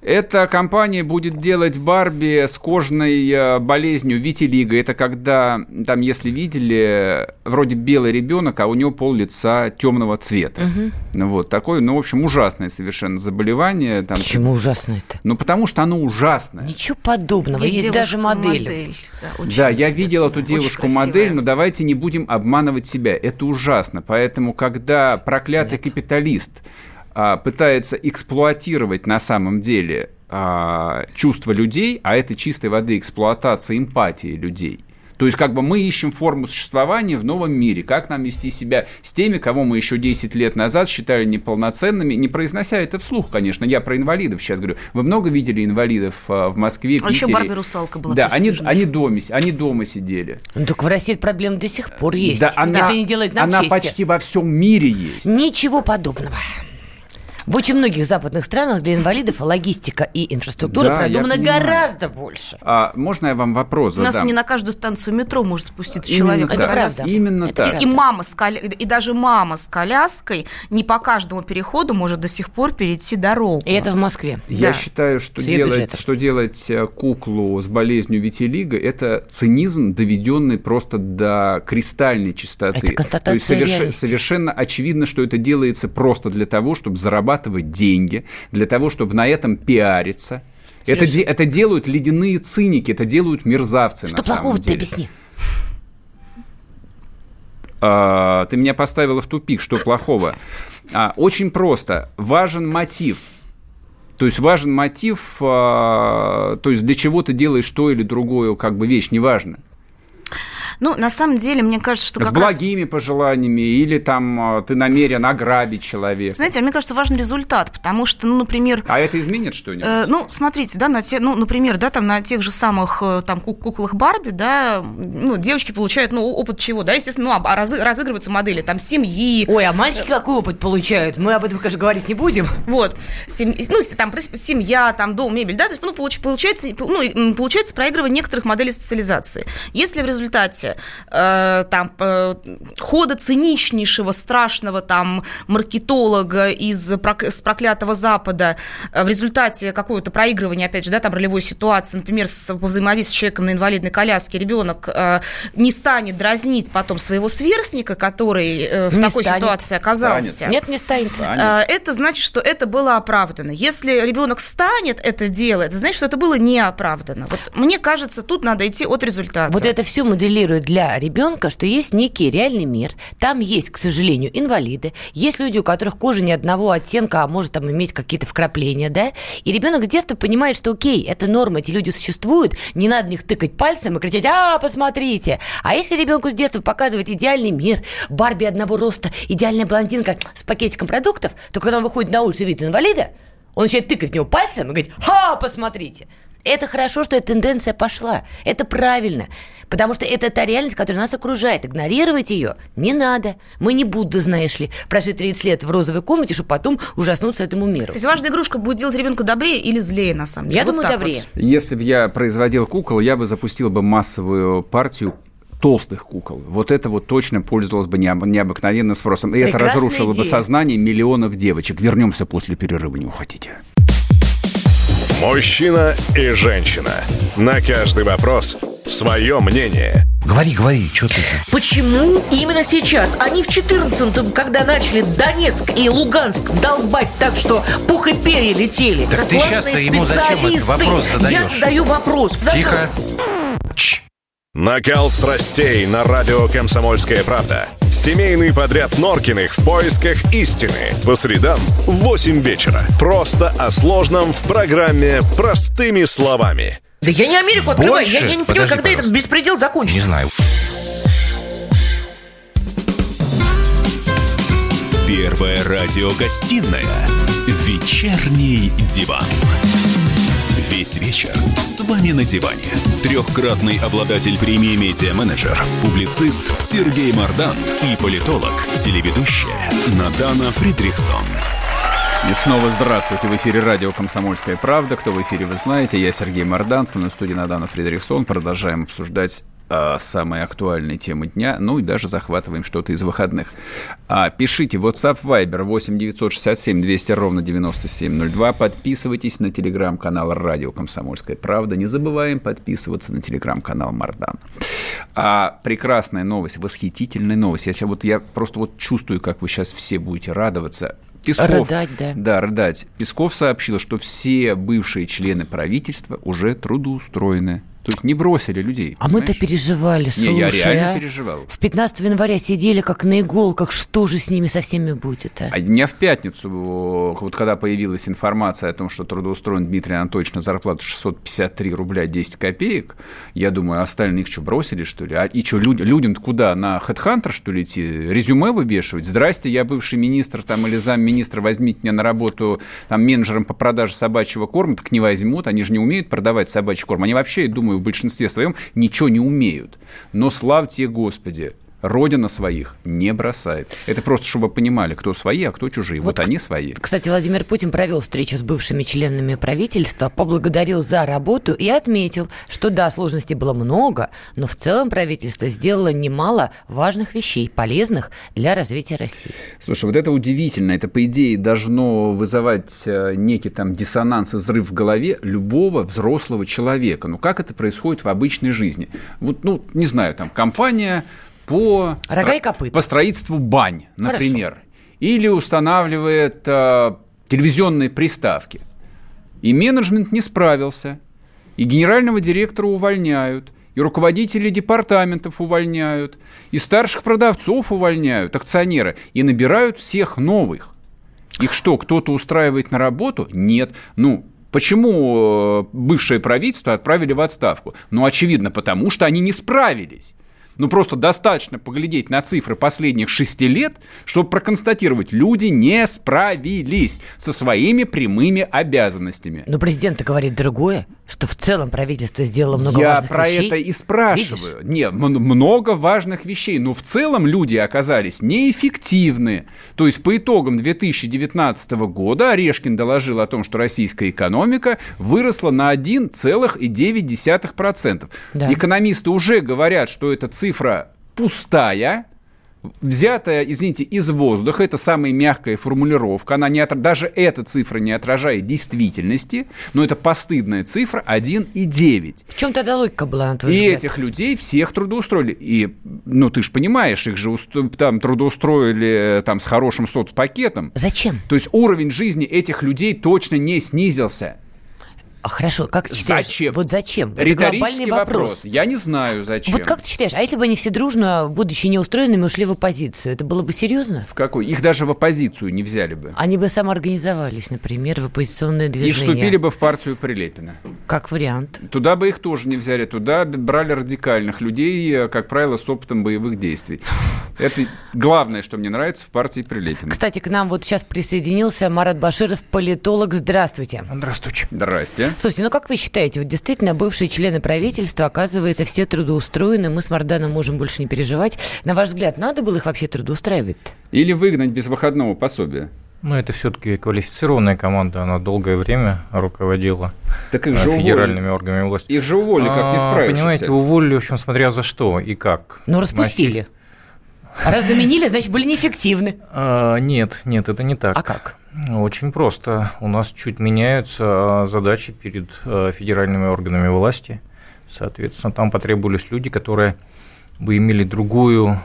Эта компания будет делать Барби с кожной болезнью витилиго. Это когда, там, если видели, вроде белый ребенок, а у него пол лица темного цвета. Угу. Вот такое, ну, в общем, ужасное совершенно заболевание. Там, почему ужасное-то? Ну, потому что оно ужасное. Ничего подобного. Есть даже модель. Да, я видел эту девушку-модель, но давайте не будем обманывать себя. Это ужасно. Поэтому, когда проклятый капиталист пытается эксплуатировать на самом деле чувства людей, а это чистой воды эксплуатация эмпатии людей. То есть как бы мы ищем форму существования в новом мире, как нам вести себя с теми, кого мы еще 10 лет назад считали неполноценными, не произнося это вслух, конечно. Я про инвалидов сейчас говорю. Вы много видели инвалидов в Москве, Питере? Еще Барби-русалка была. Да, они дома сидели. Ну, так в России проблема до сих пор есть. Да, это не делает нам чести. Она почти во всем мире есть. Ничего подобного. В очень многих западных странах для инвалидов логистика и инфраструктура продумана гораздо больше. Можно я вам вопрос задам? У нас не на каждую станцию метро может спуститься человек. Это правда. Именно так. И даже мама с коляской не по каждому переходу может до сих пор перейти дорогу. И это в Москве. Я считаю, что делать куклу с болезнью витилиго – это цинизм, доведенный просто до кристальной чистоты. Это констатация реальности. То есть совершенно очевидно, что это делается просто для того, чтобы зарабатывать деньги, для того, чтобы на этом пиариться. Это делают ледяные циники, это делают мерзавцы. Что плохого ты объясни? Ты меня поставила в тупик, что плохого? Очень просто. Важен мотив. То есть важен мотив, то есть для чего ты делаешь то или другое, как бы вещь, неважно. Ну, на самом деле, мне кажется, что с благими пожеланиями или там ты намерен ограбить человека. Знаете, мне кажется, важен результат, потому что, ну, например... А это изменит что-нибудь? Ну, смотрите, да, например, да, там на тех же самых там куклах Барби, да, ну, девочки получают, ну, опыт чего, да, естественно, ну, разыгрываются модели, там, семьи. Ой, а мальчики какой опыт получают? Мы об этом, конечно, говорить не будем. Вот, там, семья, там, дом, мебель, да, то есть, ну, получается проигрывание некоторых моделей социализации. Если в результате хода циничнейшего, страшного там маркетолога с проклятого Запада в результате какого-то проигрывания, опять же, да, там ролевой ситуации, например, по взаимодействию с человеком на инвалидной коляске, ребенок не станет дразнить потом своего сверстника, который в такой ситуации оказался. Нет, не станет. Это значит, что это было оправдано. Если ребенок станет это делать, это значит, что это было неоправданно. Вот мне кажется, тут надо идти от результата. Вот это все моделирует для ребенка, что есть некий реальный мир. Там есть, к сожалению, инвалиды, есть люди, у которых кожа не одного оттенка, а может там иметь какие-то вкрапления, да? И ребенок с детства понимает, что окей, это норма, эти люди существуют, не надо в них тыкать пальцем и кричать: посмотрите. А если ребенку с детства показывать идеальный мир, Барби одного роста, идеальная блондинка с пакетиком продуктов, то когда он выходит на улицу и видит инвалида, он начинает тыкать в него пальцем и говорить: посмотрите. Это хорошо, что эта тенденция пошла. Это правильно. Потому что это та реальность, которая нас окружает. Игнорировать ее не надо. Мы не Будда, знаешь ли, прожить 30 лет в розовой комнате, чтобы потом ужаснуться этому миру. То есть важная игрушка будет делать ребенка добрее или злее, на самом деле? Я думаю, добрее. Вот. Если бы я производил кукол, я бы запустил бы массовую партию толстых кукол. Вот это вот точно пользовалось бы необыкновенным спросом. И это разрушило бы сознание миллионов девочек. Вернемся после перерыва, не уходите. Мужчина и женщина. На каждый вопрос свое мнение. Говори, что ты? Почему именно сейчас? Они в 14-м, когда начали Донецк и Луганск долбать так, что пух и перья летели. Так ты сейчас-то ему зачем этот вопрос задаешь? Я задаю вопрос. Тихо. Накал страстей на радио «Комсомольская правда». Семейный подряд Норкиных в поисках истины. По средам в 8 вечера. Просто о сложном в программе «Простыми словами». Да я не Америку открываю. Я не понимаю, когда этот беспредел закончится. Не знаю. Первая радиогостинная «Вечерний диван». Весь вечер с вами на диване. Трехкратный обладатель премии «Медиа-менеджер», публицист Сергей Мардан и политолог, телеведущая Надана Фридрихсон. И снова здравствуйте. В эфире радио «Комсомольская правда». Кто в эфире, вы знаете. Я Сергей Мардан, со мной в студии Надана Фридрихсон. Продолжаем обсуждать самые актуальные темы дня, ну и даже захватываем что-то из выходных. Пишите WhatsApp, Viber 8 967 200 ровно 9702. Подписывайтесь на телеграм-канал «Радио Комсомольская правда». Не забываем подписываться на телеграм-канал «Мардан». Прекрасная новость, восхитительная новость. Я просто чувствую, как вы сейчас все будете радоваться. Песков, рыдать, да. Да, рыдать. Песков сообщил, что все бывшие члены правительства уже трудоустроены. То есть не бросили людей. А мы-то переживали, слушай. Не, я реально переживал. С 15 января сидели как на иголках, что же с ними со всеми будет? А дня в пятницу, вот когда появилась информация о том, что трудоустроен Дмитрий Анатольевич на зарплату 653 рубля 10 копеек, я думаю, остальных что, бросили, что ли? И что, людям куда? На HeadHunter, что ли, идти? Резюме вывешивать? Здрасте, я бывший министр там, или замминистра, возьмите меня на работу там, менеджером по продаже собачьего корма, так не возьмут, они же не умеют продавать собачий корм. Они вообще, я думаю, в большинстве своем ничего не умеют. Но славьте Господи, Родина своих не бросает. Это просто, чтобы понимали, кто свои, а кто чужие. Вот они свои. Кстати, Владимир Путин провел встречу с бывшими членами правительства, поблагодарил за работу и отметил, что да, сложностей было много, но в целом правительство сделало немало важных вещей, полезных для развития России. Слушай, вот это удивительно. Это, по идее, должно вызывать некий там диссонанс и взрыв в голове любого взрослого человека. Ну, как это происходит в обычной жизни? Вот, не знаю, там, компания по строительству бань, например. Хорошо. Или устанавливает телевизионные приставки. И менеджмент не справился. И генерального директора увольняют. И руководителей департаментов увольняют. И старших продавцов увольняют, акционеры. И набирают всех новых. Их что, кто-то устраивает на работу? Нет. Почему бывшее правительство отправили в отставку? Очевидно, потому что они не справились. Просто достаточно поглядеть на цифры последних 6 лет, чтобы проконстатировать, люди не справились со своими прямыми обязанностями. Но президент говорит другое, что в целом правительство сделало много важных вещей. Я про это и спрашиваю. Видишь? Нет, много важных вещей, но в целом люди оказались неэффективны. То есть по итогам 2019 года Орешкин доложил о том, что российская экономика выросла на 1,9%. Да. Экономисты уже говорят, что это цифра пустая, взятая, из воздуха, это самая мягкая формулировка, даже эта цифра не отражает действительности, но это постыдная цифра 1,9. В чем тогда логика была, на твой взгляд? И этих людей всех трудоустроили. И, ты же понимаешь, их же там трудоустроили там, с хорошим соцпакетом. Зачем? То есть уровень жизни этих людей точно не снизился. Хорошо, как ты считаешь? Зачем? Вот зачем? Риторический вопрос. Я не знаю, зачем. Вот как ты считаешь, а если бы они все дружно, будучи неустроенными, ушли в оппозицию, это было бы серьезно? В какой? Их даже в оппозицию не взяли бы. Они бы самоорганизовались, например, в оппозиционное движение. И вступили бы в партию Прилепина. Как вариант. Туда бы их тоже не взяли. Туда брали радикальных людей, как правило, с опытом боевых действий. Это главное, что мне нравится в партии Прилепина. Кстати, к нам вот сейчас присоединился Марат Баширов, политолог. Здравствуйте. Здравствуйте. Здрасте. Слушайте, как вы считаете, вот действительно бывшие члены правительства, оказывается, все трудоустроены, мы с Марданом можем больше не переживать. На ваш взгляд, надо было их вообще трудоустраивать-то? Или выгнать без выходного пособия? Это все-таки квалифицированная команда, она долгое время руководила федеральными органами власти. Их же уволили, как не справившихся. Понимаете, уволили, в общем, смотря за что и как. Распустили. Раз заменили, значит, были неэффективны. Нет, это не так. А как? Очень просто. У нас чуть меняются задачи перед федеральными органами власти. Соответственно, там потребовались люди, которые бы имели другую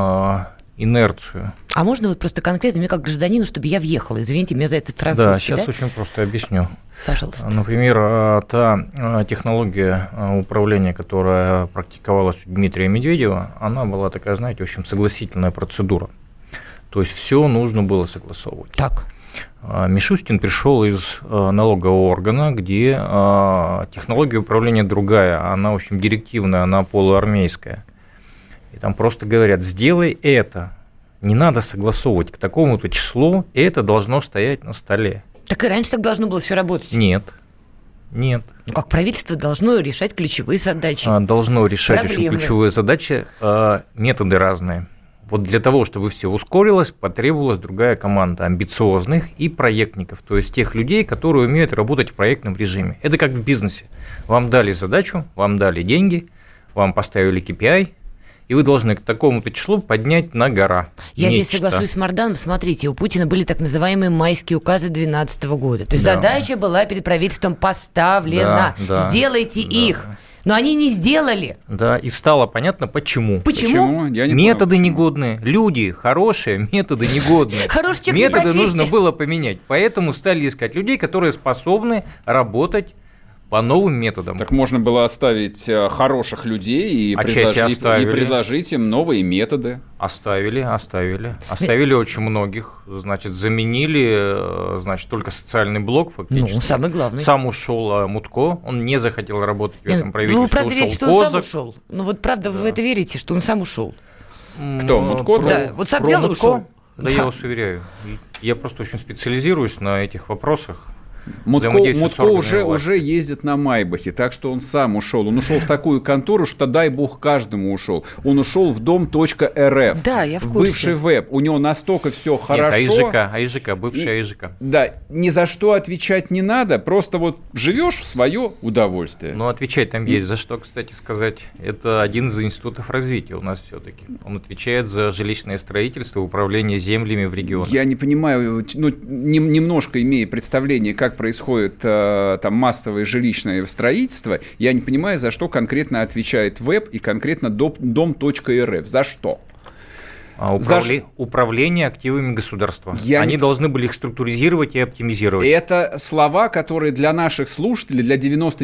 инерцию. А можно вот просто конкретно мне как гражданину, чтобы я въехала? Извините, меня за это французский, да? Сейчас очень просто объясню. Пожалуйста. Например, та технология управления, которая практиковалась у Дмитрия Медведева, она была такая, знаете, в общем, согласительная процедура. То есть все нужно было согласовывать. Так. Мишустин пришел из налогового органа, где технология управления другая, она, в общем, директивная, она полуармейская. И там просто говорят, сделай это, не надо согласовывать к такому-то числу, и это должно стоять на столе. Так и раньше так должно было все работать? Нет. Как правительство должно решать ключевые задачи? Должно решать очень ключевые задачи, методы разные. Вот для того, чтобы все ускорилось, потребовалась другая команда амбициозных и проектников, то есть тех людей, которые умеют работать в проектном режиме. Это как в бизнесе. Вам дали задачу, вам дали деньги, вам поставили KPI, и вы должны к такому-то числу поднять на гора. Я здесь соглашусь с Марданом. Смотрите, у Путина были так называемые майские указы 2012 года. То есть задача была перед правительством поставлена. Сделайте их. Но они не сделали. Да, и стало понятно, почему. Почему? Я не методы понял, негодные. Люди хорошие, методы негодные. Хороший человек Методы нужно было поменять. Поэтому стали искать людей, которые способны работать по новым методам. Так можно было оставить хороших людей и предложить им новые методы. Оставили очень многих. Значит, заменили, только социальный блок фактически. Ну, самый главный. Сам ушел Мутко, он не захотел работать в этом правительстве. Вы правда верите, что он сам ушел? Ну вот правда вы в это верите, что он сам ушел? Кто, Мутко? Да, вот сам взял и ушел. Да, я вас уверяю. Я просто очень специализируюсь на этих вопросах. Мутко уже ездит на Майбахе, так что он сам ушел. Он ушел в такую контору, что дай бог каждому ушел. Он ушел в дом.рф. Да, я в курсе. Бывший веб. У него настолько все хорошо. АИЖК, бывший АИЖК. Да, ни за что отвечать не надо, просто вот живешь в свое удовольствие. Но отвечать там есть за что, кстати сказать. Это один из институтов развития у нас все-таки. Он отвечает за жилищное строительство и управление землями в регионах. Я не понимаю, немножко имея представление, как происходит там массовое жилищное строительство, я не понимаю, за что конкретно отвечает веб и конкретно дом.рф. За что? Управление активами государства. Они должны были их структуризировать и оптимизировать. Это слова, которые для наших слушателей, для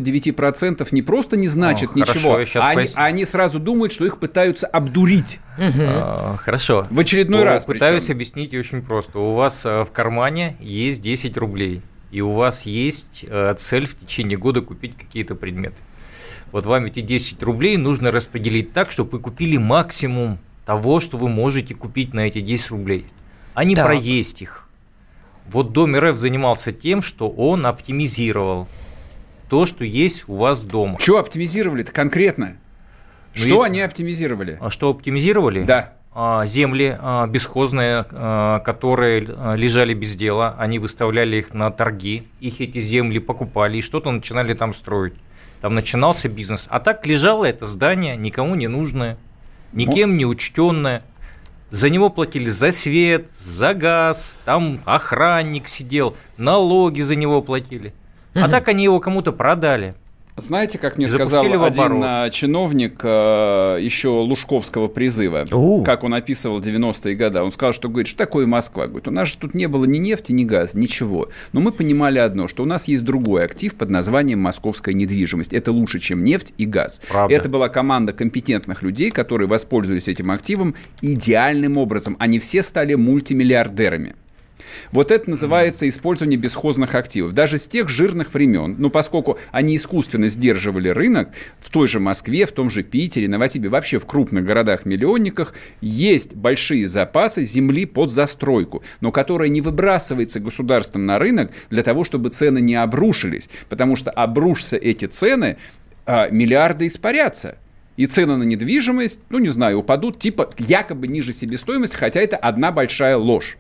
99% не просто не значат ничего, они сразу думают, что их пытаются обдурить. Хорошо. В очередной раз. Пытаюсь объяснить очень просто. У вас в кармане есть 10 рублей. И у вас есть цель в течение года купить какие-то предметы. Вот вам эти 10 рублей нужно распределить так, чтобы вы купили максимум того, что вы можете купить на эти 10 рублей, а не проесть их. Вот Дом РФ занимался тем, что он оптимизировал то, что есть у вас дома. Что оптимизировали-то конкретно? Что они оптимизировали? Что оптимизировали? Да. Земли бесхозные, которые лежали без дела, они выставляли их на торги, их эти земли покупали и что-то начинали там строить. Там начинался бизнес. А так лежало это здание, никому не нужное, никем не учтенное. За него платили за свет, за газ, там охранник сидел, налоги за него платили. А так они его кому-то продали. Знаете, как мне сказал один чиновник еще Лужковского призыва, как он описывал 90-е годы, он сказал, что, говорит, что такое Москва? Говорит, у нас же тут не было ни нефти, ни газа, ничего. Но мы понимали одно, что у нас есть другой актив под названием московская недвижимость. Это лучше, чем нефть и газ. Правда. Это была команда компетентных людей, которые воспользовались этим активом идеальным образом. Они все стали мультимиллиардерами. Вот это называется использование бесхозных активов. Даже с тех жирных времен, поскольку они искусственно сдерживали рынок, в той же Москве, в том же Питере, Новосибирске, вообще в крупных городах-миллионниках есть большие запасы земли под застройку, но которая не выбрасывается государством на рынок для того, чтобы цены не обрушились. Потому что обрушатся эти цены, миллиарды испарятся. И цены на недвижимость, упадут якобы ниже себестоимости, хотя это одна большая ложь.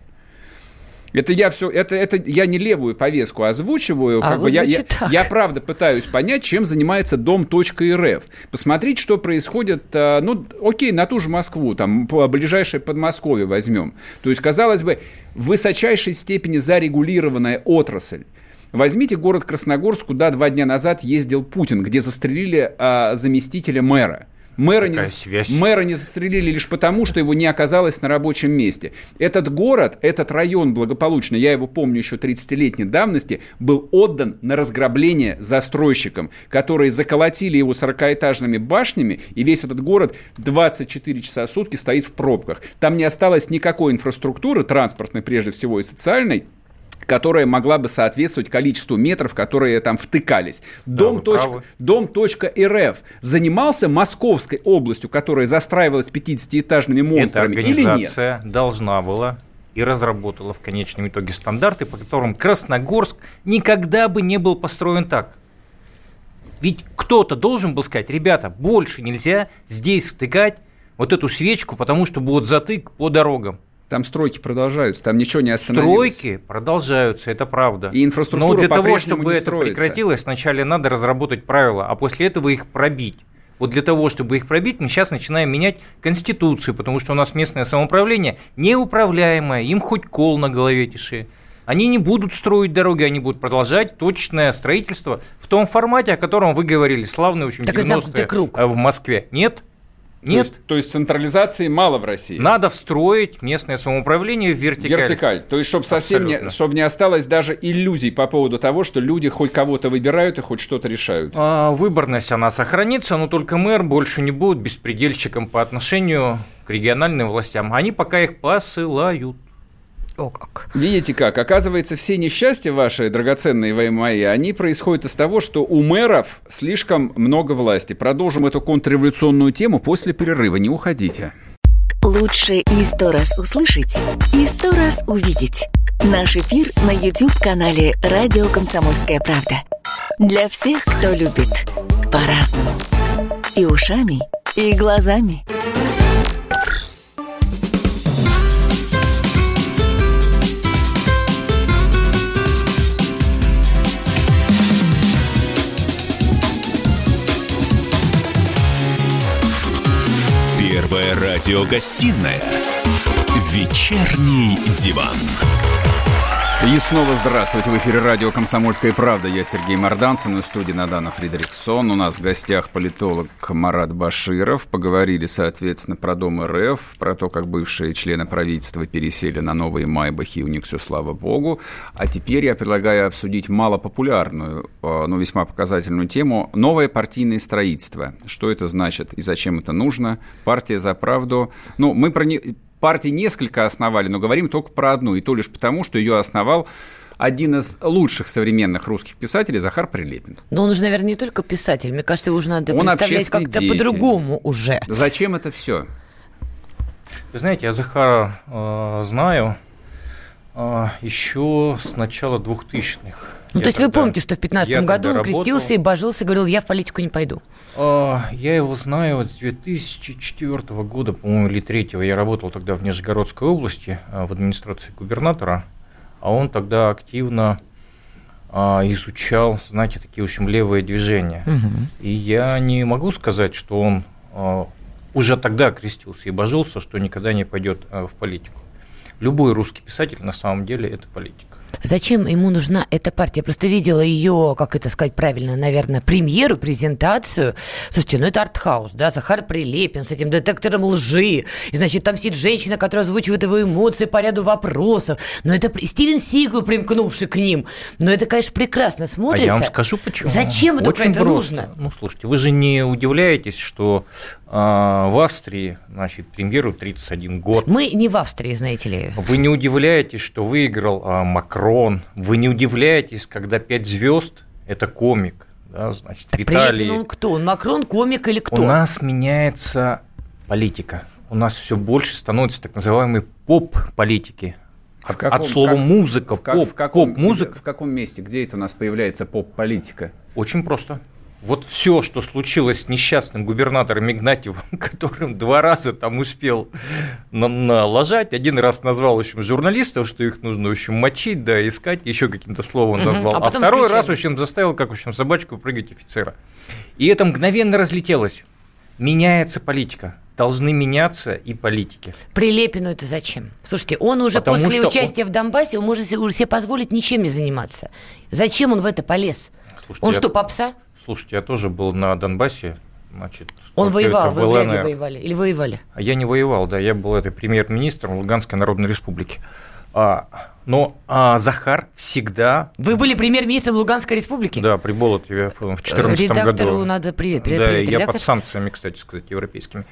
Это я не левую повестку озвучиваю. Я правда пытаюсь понять, чем занимается дом.рф. Посмотреть, что происходит, на ту же Москву, там, ближайшее Подмосковье возьмем. То есть, казалось бы, в высочайшей степени зарегулированная отрасль. Возьмите город Красногорск, куда 2 дня назад ездил Путин, где застрелили заместителя мэра. Мэра не застрелили лишь потому, что его не оказалось на рабочем месте. Этот город, этот район благополучно, я его помню еще 30-летней давности, был отдан на разграбление застройщикам, которые заколотили его 40-этажными башнями, и весь этот город 24 часа в сутки стоит в пробках. Там не осталось никакой инфраструктуры, транспортной прежде всего и социальной, которая могла бы соответствовать количеству метров, которые там втыкались. Дом.рф занимался Московской областью, которая застраивалась 50-этажными монстрами, или нет? Эта организация должна была и разработала в конечном итоге стандарты, по которым Красногорск никогда бы не был построен так. Ведь кто-то должен был сказать, ребята, больше нельзя здесь втыкать вот эту свечку, потому что будет затык по дорогам. Там стройки продолжаются, там ничего не остановилось. Стройки продолжаются, это правда. И инфраструктура Но для того, по-прежнему чтобы не это строится. прекратилось, сначала надо разработать правила, а после этого их пробить. Вот для того, чтобы их пробить, мы сейчас начинаем менять Конституцию, потому что у нас местное самоуправление неуправляемое, им хоть кол на голове тиши. Они не будут строить дороги, они будут продолжать точное строительство в том формате, о котором вы говорили, славный, в общем, 90-е в Москве. Нет? Нет. То есть централизации мало в России. Надо встроить местное самоуправление в вертикаль. То есть, чтобы совсем чтобы не осталось даже иллюзий по поводу того, что люди хоть кого-то выбирают и хоть что-то решают. Выборность, она сохранится, но только мэр больше не будет беспредельщиком по отношению к региональным властям. Они пока их посылают. О как. Видите как? Оказывается, все несчастья ваши, драгоценные вы мои, они происходят из того, что у мэров слишком много власти. Продолжим эту контрреволюционную тему после перерыва. Не уходите. Лучше и 100 раз услышать, и 100 раз увидеть. Наш эфир на YouTube-канале «Радио Комсомольская правда». Для всех, кто любит по-разному. И ушами, и глазами. Первая радиогостинная «Вечерний диван». И снова здравствуйте. В эфире радио «Комсомольская правда». Я Сергей Мордан, со мной в студии Надана Фридрихсон. У нас в гостях политолог Марат Баширов. Поговорили, соответственно, про Дом РФ, про то, как бывшие члены правительства пересели на новые майбахи, и у них все, слава богу. А теперь я предлагаю обсудить малопопулярную, но весьма показательную тему – новое партийное строительство. Что это значит и зачем это нужно? Партия за правду. Партии несколько основали, но говорим только про одну, и то лишь потому, что ее основал один из лучших современных русских писателей Захар Прилепин. Но он же, наверное, не только писатель. Мне кажется, его уже надо представлять как-то по-другому уже. Зачем это все? Вы знаете, я Захара знаю еще с начала 2000-х. То есть вы помните, что в 2015 году он крестился и божился, говорил, я в политику не пойду? Я его знаю с 2004 года, по-моему, или 2003. Я работал тогда в Нижегородской области в администрации губернатора, а он тогда активно изучал, знаете, такие, в общем, левые движения. И я не могу сказать, что он уже тогда крестился и божился, что никогда не пойдет в политику. Любой русский писатель на самом деле это политик. Зачем ему нужна эта партия? Я просто видела ее, как это сказать правильно, наверное, премьеру, презентацию. Слушайте, это артхаус, да, Захар Прилепин с этим детектором лжи. И, значит, там сидит женщина, которая озвучивает его эмоции по ряду вопросов. Но это Стивен Сигал, примкнувший к ним. Но это, конечно, прекрасно смотрится. А я вам скажу, почему. Зачем Очень это просто. нужно? Слушайте, вы же не удивляетесь, что в Австрии, значит, премьеру 31 год. Мы не в Австрии, знаете ли. Вы не удивляетесь, что выиграл Макрон. Вы не удивляетесь, когда 5 звезд – это комик. Да, значит, так Прилепин он кто? Он Макрон, комик или кто? У нас меняется политика. У нас все больше становится так называемой поп-политики. От слова музыка, поп-музыка. В каком месте? Где это у нас появляется поп-политика? Очень просто. Вот все, что случилось с несчастным губернатором Игнатьевым, которым 2 раза там успел налажать, 1 раз назвал, в общем, журналистов, что их нужно, в общем, мочить, да, искать, еще каким-то словом назвал, а 2-й раз, в общем, заставил, как, в общем, собачку прыгать офицера. И это мгновенно разлетелось. Меняется политика. Должны меняться и политики. Прилепину это зачем? Слушайте, он уже после участия в Донбассе, он может себе позволить ничем не заниматься. Зачем он в это полез? Слушайте, он что, попса? Слушайте, я тоже был на Донбассе. Значит, он воевал, вы вряд ли воевали? Или воевали? А я не воевал, да, я был премьер-министром Луганской Народной Республики. Но Захар всегда... Вы были премьер-министром Луганской Республики? Да, при Болотове в 2014 году. Редактору надо привет. Да, я под санкциями, кстати сказать, европейскими.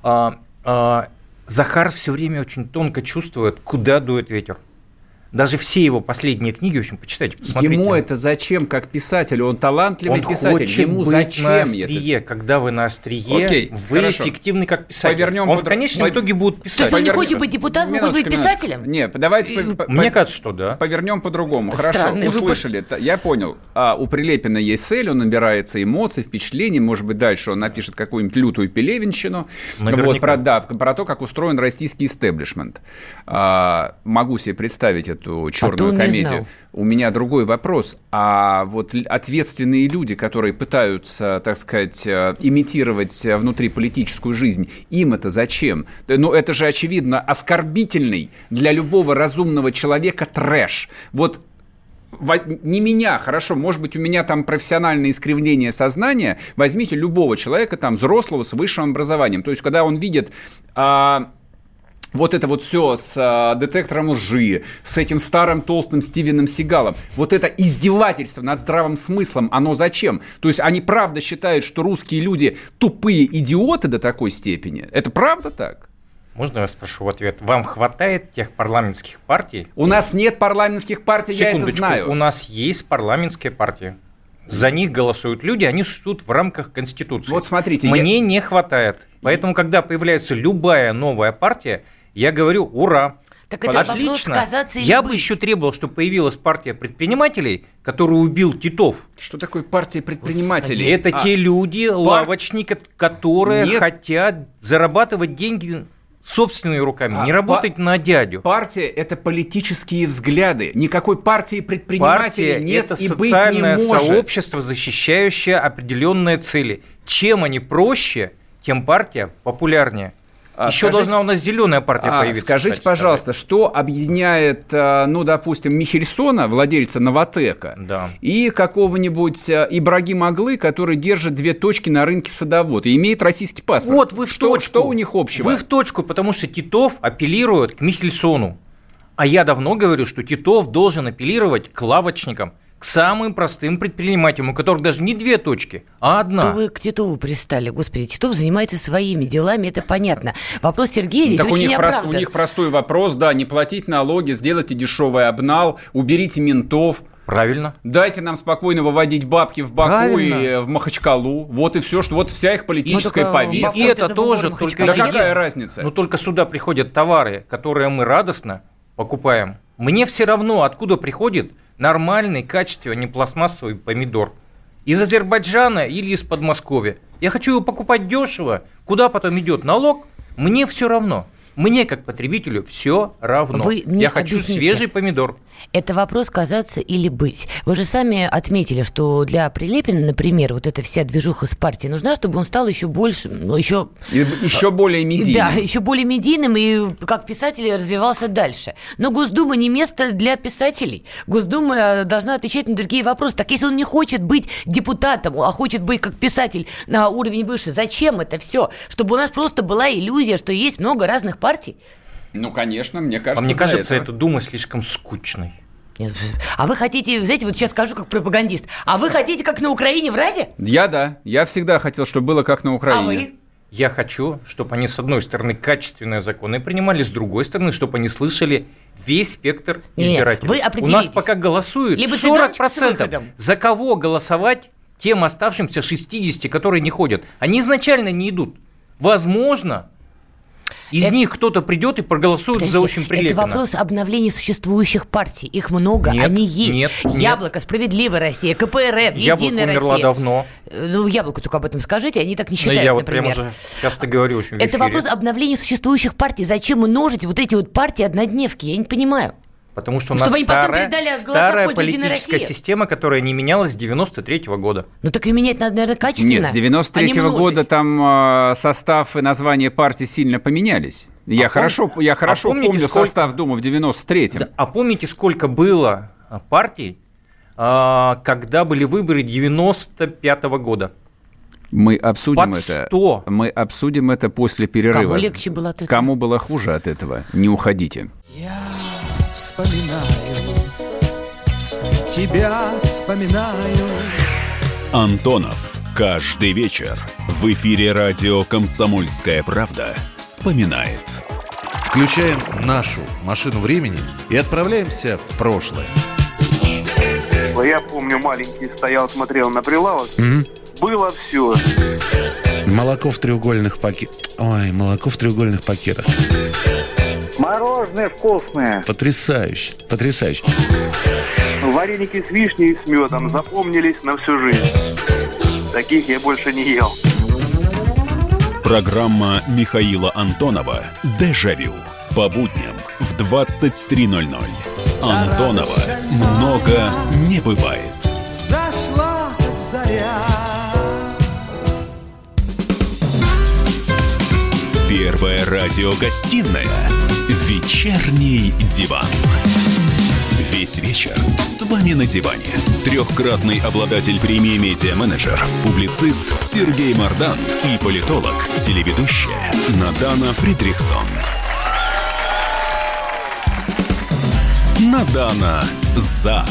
Захар все время очень тонко чувствует, куда дует ветер. Даже все его последние книги, в общем, почитайте, посмотрите. Ему это зачем, как писателю? Он талантливый писатель. Хочет ему быть зачем на острие. Когда вы на острие, вы эффективны как писатель. Он в конечном итоге будет писать. То есть он не хочет быть депутатом, хочет быть писателем? Нет, давайте... Мне кажется, что да. Повернем по-другому. Хорошо, услышали. Я понял. У Прилепина есть цель, он набирается эмоций, впечатлений. Может быть, дальше он напишет какую-нибудь лютую пелевинщину. Вот, про то, как устроен российский истеблишмент. Могу себе представить эту эту черную комедию. У меня другой вопрос. А вот ответственные люди, которые пытаются, так сказать, имитировать внутриполитическую жизнь, им это зачем? Ну, это же, очевидно, оскорбительный для любого разумного человека трэш. Вот не меня, хорошо, может быть, у меня там профессиональное искривление сознания. Возьмите любого человека, там, взрослого, с высшим образованием. То есть, когда он видит... вот это вот все с детектором лжи, с этим старым толстым Стивеном Сигалом, вот это издевательство над здравым смыслом, оно зачем? То есть они правда считают, что русские люди тупые идиоты до такой степени? Это правда так? Можно я спрошу в ответ? Вам хватает тех парламентских партий? У нас нет парламентских партий, Секундочку, я это знаю. У нас есть парламентские партии. За них голосуют люди, они существуют в рамках Конституции. Вот смотрите. Мне не хватает. Поэтому, когда появляется любая новая партия, я говорю «Ура!». Так это отлично. Казаться или я быть. бы еще требовал, чтобы появилась партия предпринимателей, которую убил Титов. Что такое партия предпринимателей? Это те люди, лавочники, которые хотят зарабатывать деньги собственными руками, не работать на дядю. Партия – это политические взгляды. Никакой партии предпринимателей нет это и быть не социальное может. сообщество, защищающее определенные цели. Чем они проще, тем партия популярнее. Еще должна у нас зеленая партия появиться. Скажите, кстати, пожалуйста, что объединяет, ну, допустим, Михельсона, владельца Новатэка, и какого-нибудь Ибрагима Аглы, который держит 2 точки на рынке Садовод и имеет российский паспорт? Вот вы в точку. Что у них общего? Вы в точку, потому что Титов апеллирует к Михельсону. А я давно говорю, что Титов должен апеллировать к лавочникам, к самым простым предпринимателям, у которых даже не 2 точки, а 1. Что вы к Титову пристали? Господи, Титов занимается своими делами, это понятно. Вопрос Сергея здесь очень оправдан. У них простой вопрос, да, не платить налоги, сделайте дешевый обнал, уберите ментов. Правильно. Дайте нам спокойно выводить бабки в Баку и в Махачкалу. Вот и все, что вот вся их политическая повестка. И это тоже только... Да какая разница? Но только сюда приходят товары, которые мы радостно покупаем. Мне все равно, откуда приходит нормальный, качественный, пластмассовый помидор. Из Азербайджана или из Подмосковья. Я хочу его покупать дешево. Куда потом идет налог, мне все равно. Мне, как потребителю, все равно. Я хочу свежий помидор. Это вопрос казаться или быть. Вы же сами отметили, что для Прилепина, например, вот эта вся движуха с партией нужна, чтобы он стал еще больше, еще более медийным. Да, еще более медийным и как писатель развивался дальше. Но Госдума не место для писателей. Госдума должна отвечать на другие вопросы. Так если он не хочет быть депутатом, а хочет быть как писатель на уровень выше, зачем это все? Чтобы у нас просто была иллюзия, что есть много разных партий. Ну, конечно, мне кажется, мне кажется, эта дума слишком скучной. А вы хотите, знаете, вот сейчас скажу как пропагандист, а вы хотите как на Украине в Раде? Я всегда хотел, чтобы было как на Украине. А вы? Я хочу, чтобы они, с одной стороны, качественные законы принимали, с другой стороны, чтобы они слышали весь спектр избирателей. Вы определитесь. У нас пока голосуют либо 40%. За кого голосовать тем оставшимся 60, которые не ходят? Они изначально не идут. Возможно... Из них кто-то придет и проголосует за очень Прилепина. Это вопрос обновления существующих партий. Их много, они есть. Яблоко, Справедливая Россия, КПРФ, Единая Россия. Яблоко умерла давно. Ну, Яблоку только об этом скажите, они так не считают, я например. Я вот прямо же часто говорю очень в эфире. Это вопрос обновления существующих партий. Зачем множить вот эти вот партии-однодневки? Я не понимаю. Потому что у нас старая политическая система, которая не менялась с 93-го года. Ну так и менять надо, наверное, качественно. Нет, с 93-го года там состав и название партий сильно поменялись. Я хорошо помню состав Думы в 93-м. Да, а помните, сколько было партий, когда были выборы 95-го года? Мы обсудим это. Мы обсудим это после перерыва. Кому легче было от этого? Кому было хуже от этого? Не уходите. Вспоминаю, тебя вспоминаю. Антонов. Каждый вечер в эфире радио «Комсомольская правда» вспоминает. Включаем нашу машину времени и отправляемся в прошлое. Я помню, маленький стоял, смотрел на прилавок. Было все. Молоко в треугольных пакетах. Ой, молоко в треугольных пакетах. Мороженое вкусное. Потрясающе, потрясающе. Вареники с вишней и с медом запомнились на всю жизнь. Таких я больше не ел. Программа Михаила Антонова «Дежавю». По будням в 23:00. Антонова много не бывает. Зашла заря. Первая радиогостинная «Вечерний диван». Весь вечер с вами на диване. Трехкратный обладатель премии «Медиа-менеджер», публицист Сергей Мардан и политолог, телеведущая Надана Фридрихсон. Надана за.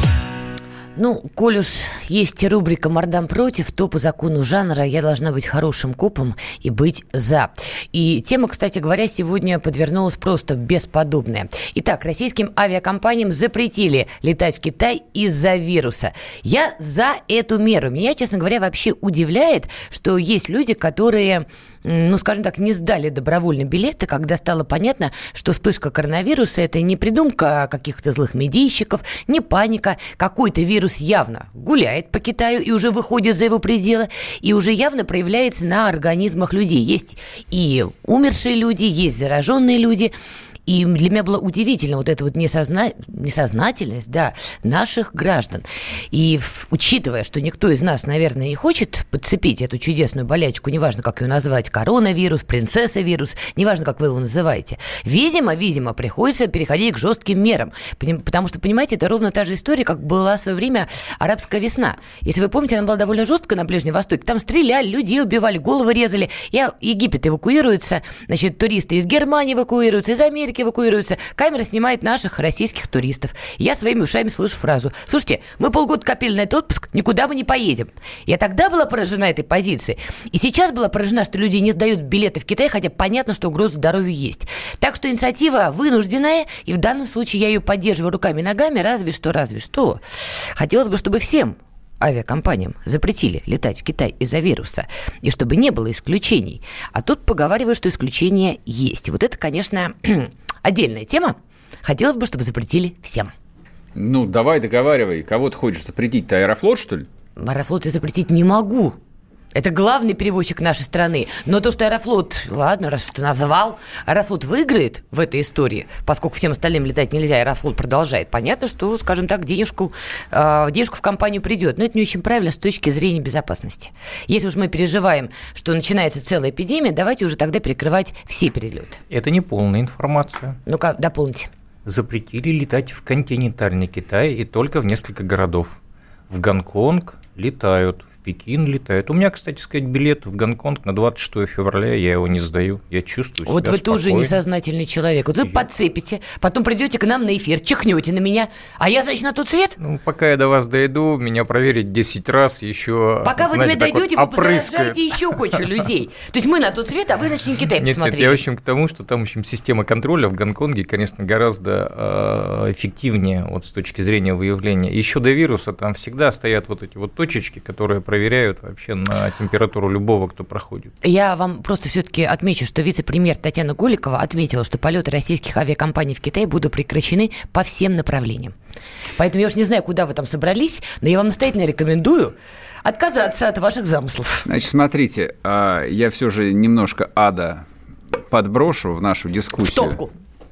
Ну, коль уж есть рубрика «Мардан против», то по закону жанра я должна быть хорошим копом и быть за. И тема, кстати говоря, сегодня подвернулась просто бесподобная. Итак, российским авиакомпаниям запретили летать в Китай из-за вируса. Я за эту меру. Меня, честно говоря, вообще удивляет, что есть люди, которые, ну, скажем так, не сдали добровольно билеты, когда стало понятно, что вспышка коронавируса – это не придумка каких-то злых медийщиков, не паника. Какой-то вирус явно гуляет по Китаю и уже выходит за его пределы, и уже явно проявляется на организмах людей. Есть и умершие люди, есть зараженные люди. И для меня было удивительно вот эта вот несознательность, да, наших граждан. И учитывая, что никто из нас, наверное, не хочет подцепить эту чудесную болячку, неважно, как ее назвать, коронавирус, принцесса-вирус, неважно, как вы его называете, видимо, приходится переходить к жестким мерам. Потому что, понимаете, это ровно та же история, как была в свое время арабская весна. Если вы помните, она была довольно жесткая на Ближнем Востоке. Там стреляли, людей убивали, головы резали. Египет эвакуируется, значит, туристы из Германии эвакуируются, из Америки эвакуируются. Камера снимает наших российских туристов. Я своими ушами слышу фразу: слушайте, мы полгода копили на этот отпуск, никуда мы не поедем. Я тогда была поражена этой позицией. И сейчас была поражена, что люди не сдают билеты в Китай, хотя понятно, что угроза здоровью есть. Так что инициатива вынужденная, и в данном случае я ее поддерживаю руками и ногами, разве что. Хотелось бы, чтобы всем авиакомпаниям запретили летать в Китай из-за вируса, и чтобы не было исключений. А тут поговаривают, что исключения есть. И вот это, конечно, отдельная тема. Хотелось бы, чтобы запретили всем. Ну, давай договаривай. Кого ты хочешь запретить? Ты Аэрофлот, что ли? Аэрофлот я запретить не могу. Это главный перевозчик нашей страны. Но то, что Аэрофлот, ладно, раз что назвал, Аэрофлот выиграет в этой истории, поскольку всем остальным летать нельзя, Аэрофлот продолжает. Понятно, что, скажем так, денежку в компанию придет. Но это не очень правильно с точки зрения безопасности. Если уж мы переживаем, что начинается целая эпидемия, давайте уже тогда перекрывать все перелеты. Это не полная информация. Ну-ка, дополните. Запретили летать в континентальный Китай и только в несколько городов. В Гонконг летают, в Пекин летают. У меня, кстати сказать, билет в Гонконг на 26 февраля, я его не сдаю, я чувствую себя Вот вы спокойно. тоже несознательный человек. Вот вы подцепите, потом придете к нам на эфир, чихнете на меня, а я, значит, на тот свет? Ну, пока я до вас дойду, меня проверить 10 раз еще. Пока вы до меня дойдете, вы позаражаете еще кучу людей. То есть мы на тот свет, а вы, значит, не Китай посмотрели. Нет, я, в общем, к тому, что там, в общем, система контроля в Гонконге, конечно, гораздо эффективнее вот с точки зрения выявления. Еще до вируса там всегда стоят вот эти вот точечки, которые проверяют вообще на температуру любого, кто проходит. Я вам просто все-таки отмечу, что вице-премьер Татьяна Голикова отметила, что полеты российских авиакомпаний в Китай будут прекращены по всем направлениям. Поэтому я уж не знаю, куда вы там собрались, но я вам настоятельно рекомендую отказаться от ваших замыслов. Значит, смотрите, я все же немножко ада подброшу в нашу дискуссию. В топку.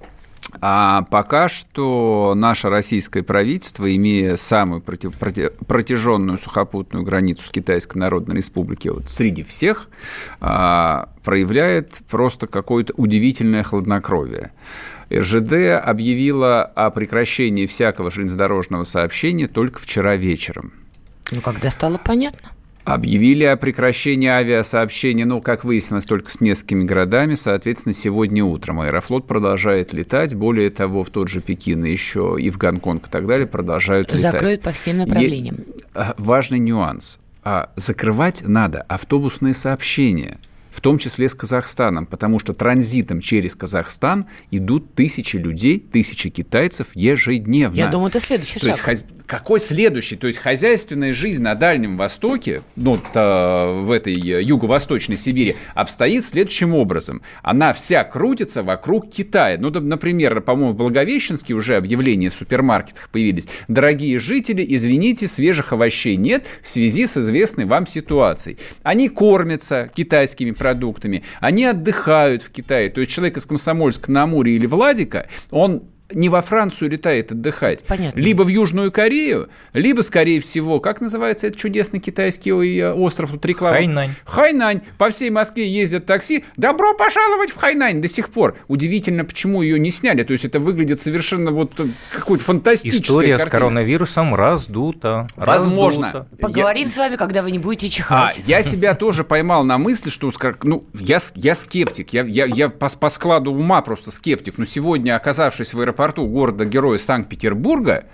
А пока что наше российское правительство, имея самую протяженную сухопутную границу с Китайской Народной Республикой вот, среди всех, проявляет просто какое-то удивительное хладнокровие. РЖД объявила о прекращении всякого железнодорожного сообщения только вчера вечером. Ну, когда стало понятно. Объявили о прекращении авиасообщения, ну, как выяснилось, только с несколькими городами, соответственно, сегодня утром. Аэрофлот продолжает летать, более того, в тот же Пекин, еще и в Гонконг и так далее продолжают летать. Закроют по всем направлениям. Важный нюанс. Закрывать надо автобусные сообщения, в том числе с Казахстаном, потому что транзитом через Казахстан идут тысячи людей, тысячи китайцев ежедневно. Я думаю, это следующий шаг. То есть, какой следующий? То есть, хозяйственная жизнь на Дальнем Востоке, ну, в этой юго-восточной Сибири, обстоит следующим образом. Она вся крутится вокруг Китая. Ну, например, по-моему, в Благовещенске уже объявления в супермаркетах появились. Дорогие жители, извините, свежих овощей нет в связи с известной вам ситуацией. Они кормятся китайскими продуктами, они отдыхают в Китае. То есть человек из Комсомольска-на-Амуре или Владика, он не во Францию летает отдыхать. Понятно. Либо в Южную Корею, либо, скорее всего, как называется этот чудесный китайский остров? Тут реклама. Хайнань. Хайнань. По всей Москве ездят такси. Добро пожаловать в Хайнань до сих пор. Удивительно, почему ее не сняли. То есть это выглядит совершенно вот какой-то фантастической История картиной. с коронавирусом раздута. Возможно. Поговорим с вами, когда вы не будете чихать. Я себя тоже поймал на мысли, что я скептик. Я по складу ума просто скептик. Но сегодня, оказавшись в аэропорту города-героя Санкт-Петербурга,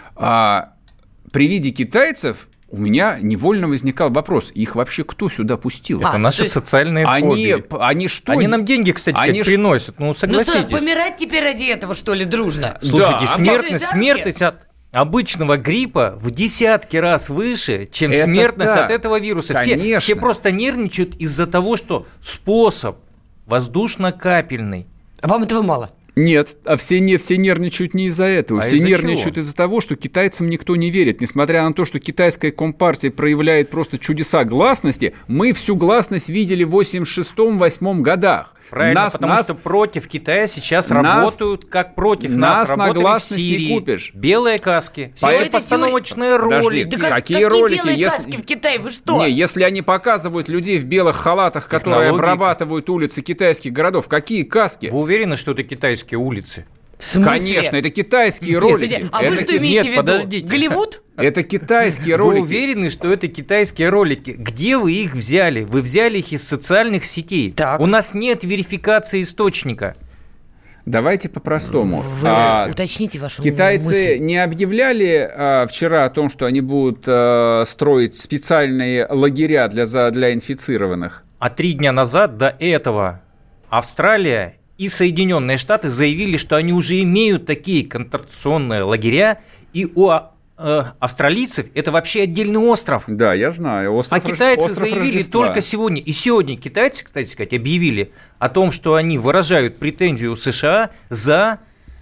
при виде китайцев у меня невольно возникал вопрос, их вообще кто сюда пустил? Это наши социальные фобии. Они что? Они нам деньги, кстати, приносят, согласитесь. Ну что, помирать теперь ради этого, что ли, дружно? Слушайте, смертность от обычного гриппа в десятки раз выше, чем смертность от этого вируса. Все просто нервничают из-за того, что способ воздушно-капельный. А вам этого мало? Нет, все нервничают не из-за этого. Все нервничают из-за того, что китайцам никто не верит. Несмотря на то, что китайская компартия проявляет просто чудеса гласности, мы всю гласность видели в 86-8 годах. Правильно, потому что против Китая сейчас работают, как против нас работали в Сирии. Не купишь. Белые каски, все постановочные ролики. Да какие ролики? Белые каски в Китае, вы что? Не, если они показывают людей в белых халатах, которые обрабатывают улицы китайских городов, какие каски? Вы уверены, что это китайские улицы? Конечно, это китайские ролики. А вы что имеете в виду? Подождите. Голливуд? Это китайские ролики. Вы уверены, что это китайские ролики? Где вы их взяли? Вы взяли их из социальных сетей. Так. У нас нет верификации источника. Давайте по-простому. Вы уточните вашу Китайцы мысль. не объявляли вчера о том, что они будут строить специальные лагеря для инфицированных? А 3 дня назад до этого Австралия и Соединенные Штаты заявили, что они уже имеют такие концентрационные лагеря, и у австралийцев это вообще отдельный остров. Да, я знаю. А китайцы заявили только сегодня. И сегодня китайцы, кстати сказать, объявили о том, что они выражают претензию США за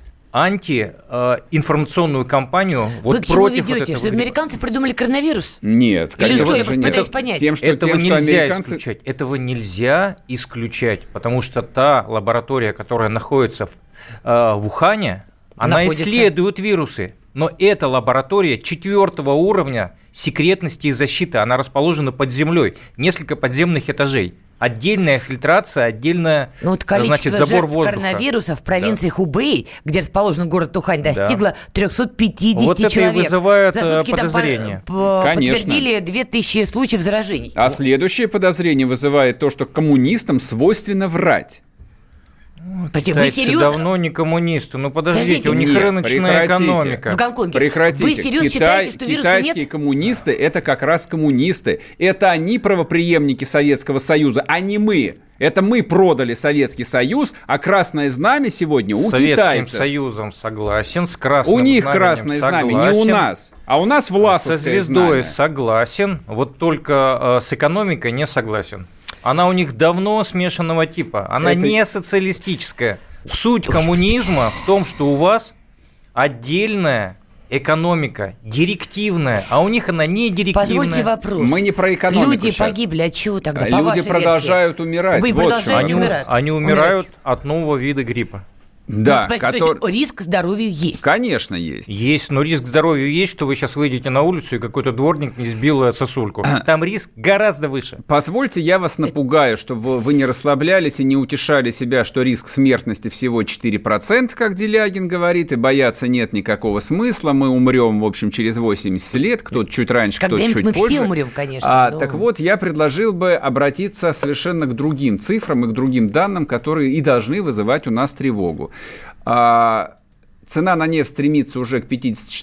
антиинформационную кампанию Вы к чему ведете? Что американцы придумали коронавирус? Нет. Или что? Я просто пытаюсь понять. Этого нельзя исключать, потому что та лаборатория, которая находится в Ухане, она исследует вирусы. Но эта лаборатория 4-го уровня секретности и защиты, она расположена под землей, несколько подземных этажей. Отдельная фильтрация, отдельная, забор воздуха. Коронавируса в провинции Хубэй, где расположен город Ухань, достигло 350 вот человек. Это и вызывает за сутки подозрения. Подтвердили 2000 случаев заражений. А следующее подозрение вызывает то, что коммунистам свойственно врать. Китайцы давно не коммунисты. Ну, подождите, у них рыночная экономика. В Гонконге. Прекратите. Вы серьезно считаете, что вируса нет? Китайские коммунисты – это как раз коммунисты. Это они правопреемники Советского Союза, а не мы. Это мы продали Советский Союз, а красное знамя сегодня у китайцев. С Советским Союзом согласен, с красным знаменем. У них знаменем красное согласен. знамя, не у нас. А у нас власовское знамя. Со звездой знамя. Согласен, вот только с экономикой не согласен. Она у них давно смешанного типа. Она не социалистическая. Суть коммунизма в том, что у вас отдельная экономика, директивная, а у них она не директивная. Позвольте вопрос. Мы не про экономику Люди сейчас. погибли от чего тогда? Люди продолжают умирать. Вы продолжаете умирать. Они умирают от нового вида гриппа. Да, то есть риск здоровью есть? Конечно, есть. Есть, но риск здоровью есть, что вы сейчас выйдете на улицу, и какой-то дворник не сбил сосульку. Там риск гораздо выше. Позвольте, я вас напугаю, чтобы вы не расслаблялись и не утешали себя, что риск смертности всего 4%, как Делягин говорит, и бояться нет никакого смысла. Мы умрем, в общем, через 80 лет, кто-то чуть раньше, кто-то чуть позже. Мы все умрем, конечно. Так вот, я предложил бы обратиться совершенно к другим цифрам и к другим данным, которые и должны вызывать у нас тревогу. Цена на нефть стремится уже к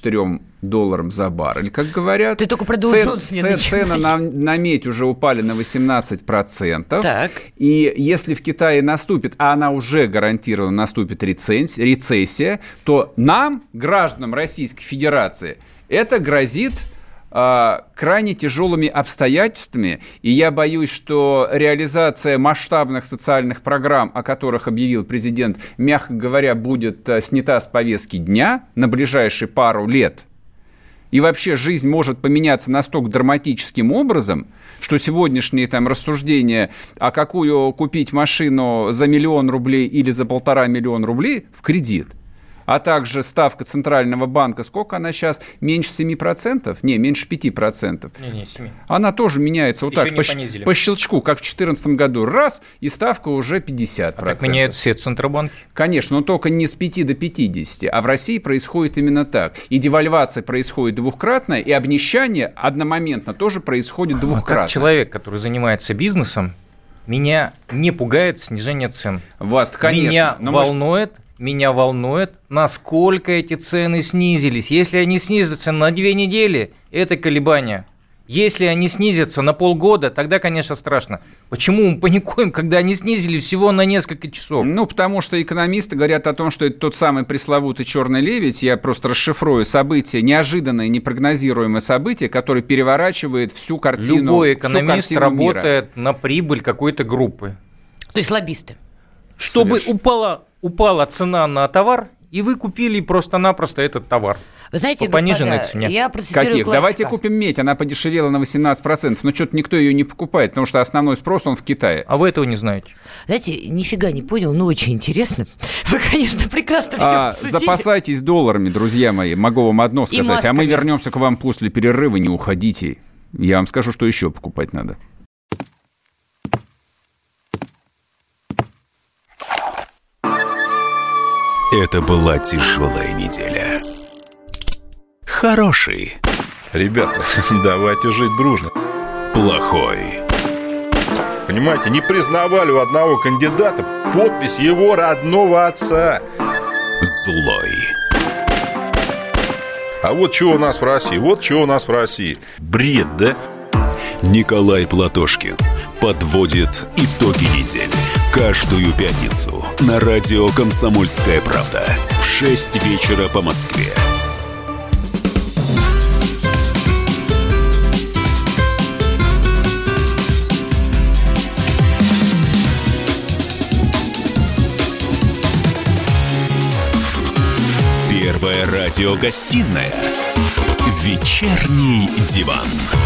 $54 за баррель, как говорят. Ты только про Доу Джонс не начинаешь. Цены на медь уже упали на 18%. Так. И если в Китае наступит, а она уже гарантированно наступит рецессия, то нам, гражданам Российской Федерации, это грозит крайне тяжелыми обстоятельствами, и я боюсь, что реализация масштабных социальных программ, о которых объявил президент, мягко говоря, будет снята с повестки дня на ближайшие пару лет. И вообще жизнь может поменяться настолько драматическим образом, что сегодняшние рассуждения, а какую купить машину за 1 000 000 рублей или за 1,5 миллиона рублей в кредит, а также ставка Центрального банка, сколько она сейчас? Меньше 7%? Не, меньше 5%. Не, 7. Она тоже меняется вот еще так, по щелчку, как в 2014 году. Раз, и ставка уже 50%. А так меняют все Центробанки? Конечно, но только не с 5 до 50. А в России происходит именно так. И девальвация происходит двухкратно, и обнищание одномоментно тоже происходит двухкратно. Как человек, который занимается бизнесом, меня не пугает снижение цен. Вас, конечно. Меня волнует, насколько эти цены снизились. Если они снизятся на 2 недели, это колебания. Если они снизятся на полгода, тогда, конечно, страшно. Почему мы паникуем, когда они снизились всего на несколько часов? Ну, потому что экономисты говорят о том, что это тот самый пресловутый черный лебедь. Я просто расшифрую события, неожиданное, непрогнозируемое событие, которое переворачивает всю картину мира. Любой экономист работает на прибыль какой-то группы. То есть лоббисты. Чтобы упала цена на товар, и вы купили просто-напросто этот товар. Вы знаете, по пониженной господа, цене. Я процитирую Каких? классика. Давайте купим медь, она подешевела на 18%, но что-то никто ее не покупает, потому что основной спрос, он в Китае. А вы этого не знаете? Знаете, нифига не понял, но очень интересно. Вы, конечно, прекрасно все обсудили. Запасайтесь долларами, друзья мои, могу вам одно сказать, а мы вернемся к вам после перерыва, не уходите. Я вам скажу, что еще покупать надо. Это была тяжелая неделя. Хороший. Ребята, давайте жить дружно. Плохой. Понимаете, не признавали у одного кандидата подпись его родного отца. Злой. А вот что у нас в России, Бред, да? Николай Платошкин подводит итоги недели. Каждую пятницу на радио «Комсомольская правда» в 6 вечера по Москве. Первая радиогостинная «Вечерний диван».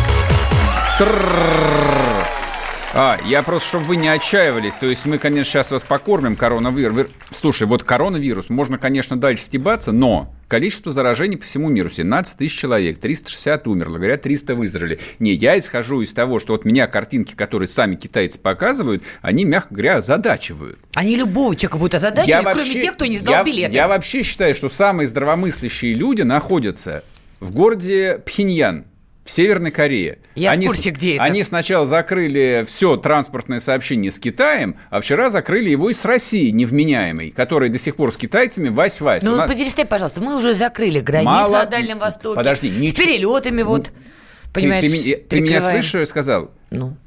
Я просто, чтобы вы не отчаивались, то есть мы, конечно, сейчас вас покормим коронавирус. Слушай, вот коронавирус, можно, конечно, дальше стебаться, но количество заражений по всему миру 17 тысяч человек, 360 умерло, говорят, 300 выздоровели. Не, я исхожу из того, что вот меня картинки, которые сами китайцы показывают, они, мягко говоря, озадачивают. Они любого человека будут озадачивать, кроме тех, кто не сдал билеты. Я вообще считаю, что самые здравомыслящие люди находятся в городе Пхеньян, в Северной Корее. Я в курсе, где это. Они сначала закрыли все транспортное сообщение с Китаем, а вчера закрыли его и с Россией, невменяемой, которая до сих пор с китайцами вась-вась. Ну, перестань, пожалуйста, мы уже закрыли границы на Дальнем Востоке. Подожди. С перелетами, вот. Понимаешь, ты меня слышишь, что я сказал? Ну.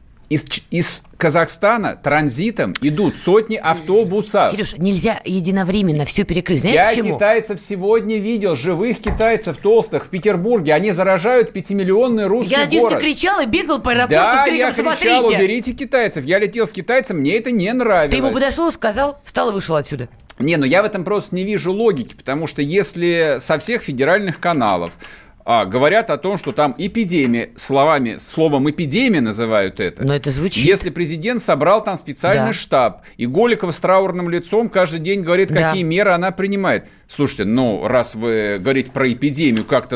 Из Казахстана транзитом идут сотни автобусов. Сереж, нельзя единовременно все перекрыть. Знаешь, я почему? Китайцев сегодня видел, живых китайцев толстых в Петербурге. Они заражают 5-миллионный русский город. Я один кричал и бегал по аэропорту с криком «Смотрите!» Да, я кричал, уберите китайцев. Я летел с китайцем, мне это не нравилось. Ты ему подошел, сказал, встал и вышел отсюда. Не, я в этом просто не вижу логики, потому что если со всех федеральных каналов говорят о том, что там эпидемия, словом эпидемия называют это. Но это звучит. Если президент собрал там специальный штаб, и Голикова с траурным лицом каждый день говорит, какие меры она принимает. Слушайте, раз вы говорите про эпидемию, как-то,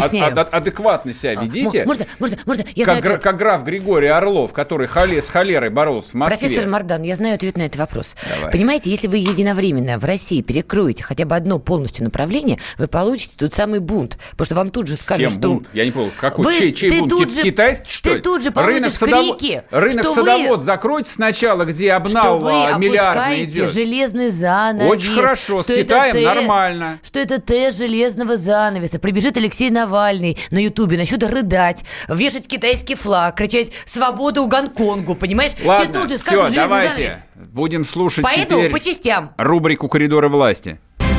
адекватно себя ведите. Можно? Я как, знаю как граф Григорий Орлов, который с холерой боролся в Москве. Профессор Мардан, я знаю ответ на этот вопрос. Давай. Понимаете, если вы единовременно в России перекроете хотя бы одно полностью направление, вы получите тот самый бунт. Потому что вам тут же скажут, что... Бунт? Я не понял, какой? Чей бунт? Китайский, что ли? Ты тут же получишь крики, Рынок садовод закройте сначала, где обнал миллиардный идет. Что вы опускаете железный занавес. Очень хорошо, с Китаем нормально. Что это тест железного занавеса. Прибежит Алексей Навальный на Ютубе, начнет рыдать, вешать китайский флаг, кричать «Свобода у Гонконгу», понимаешь? Ладно, тебе тут же скажут все, железный давайте занавес. будем слушать Поэтому теперь по частям. Рубрику «Коридоры власти».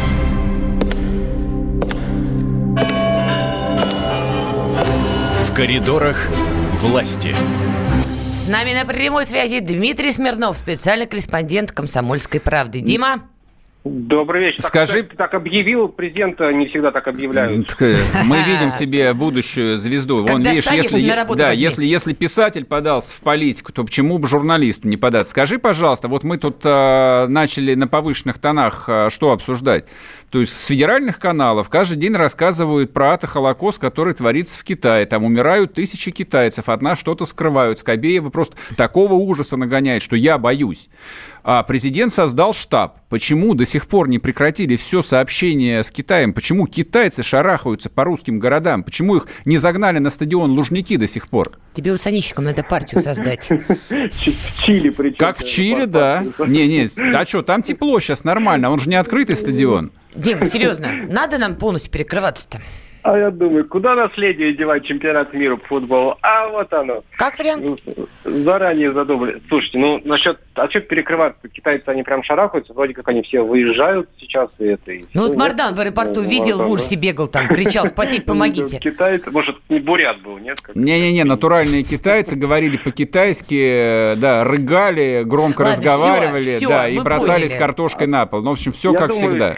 В коридорах власти. С нами на прямой связи Дмитрий Смирнов, специальный корреспондент «Комсомольской правды». Дима? Добрый вечер. Скажи... Ты так объявил, президента не всегда так объявляют. Мы видим в тебе будущую звезду. Вон, видишь, если писатель подался в политику, то почему бы журналисту не податься? Скажи, пожалуйста, вот мы тут начали на повышенных тонах что обсуждать? То есть с федеральных каналов каждый день рассказывают про Холокост, который творится в Китае. Там умирают тысячи китайцев, от нас что-то скрывают. Скобеева просто такого ужаса нагоняет, что я боюсь. А президент создал штаб. Почему до сих пор не прекратили все сообщение с Китаем? Почему китайцы шарахаются по русским городам? Почему их не загнали на стадион Лужники до сих пор? Тебе усанищикам надо партию создать. В Чили причем. Как в Чили, да. Не, а что, там тепло сейчас нормально, он же не открытый стадион. Дима, серьезно, надо нам полностью перекрываться-то? А я думаю, куда наследие девать чемпионат мира по футболу? А вот оно. Как вариант? Заранее задумали. Слушайте, насчет перекрываться, китайцы, они прям шарахаются, вроде как они все выезжают сейчас. Вот Мардан в аэропорту видел, в ужасе бегал там, кричал: спасите, помогите. Китайцы, может, не бурят был, нет? Не-не-не, натуральные китайцы говорили по-китайски, да, рыгали, громко разговаривали, да, и бросались картошкой на пол. Ну, в общем, все как всегда.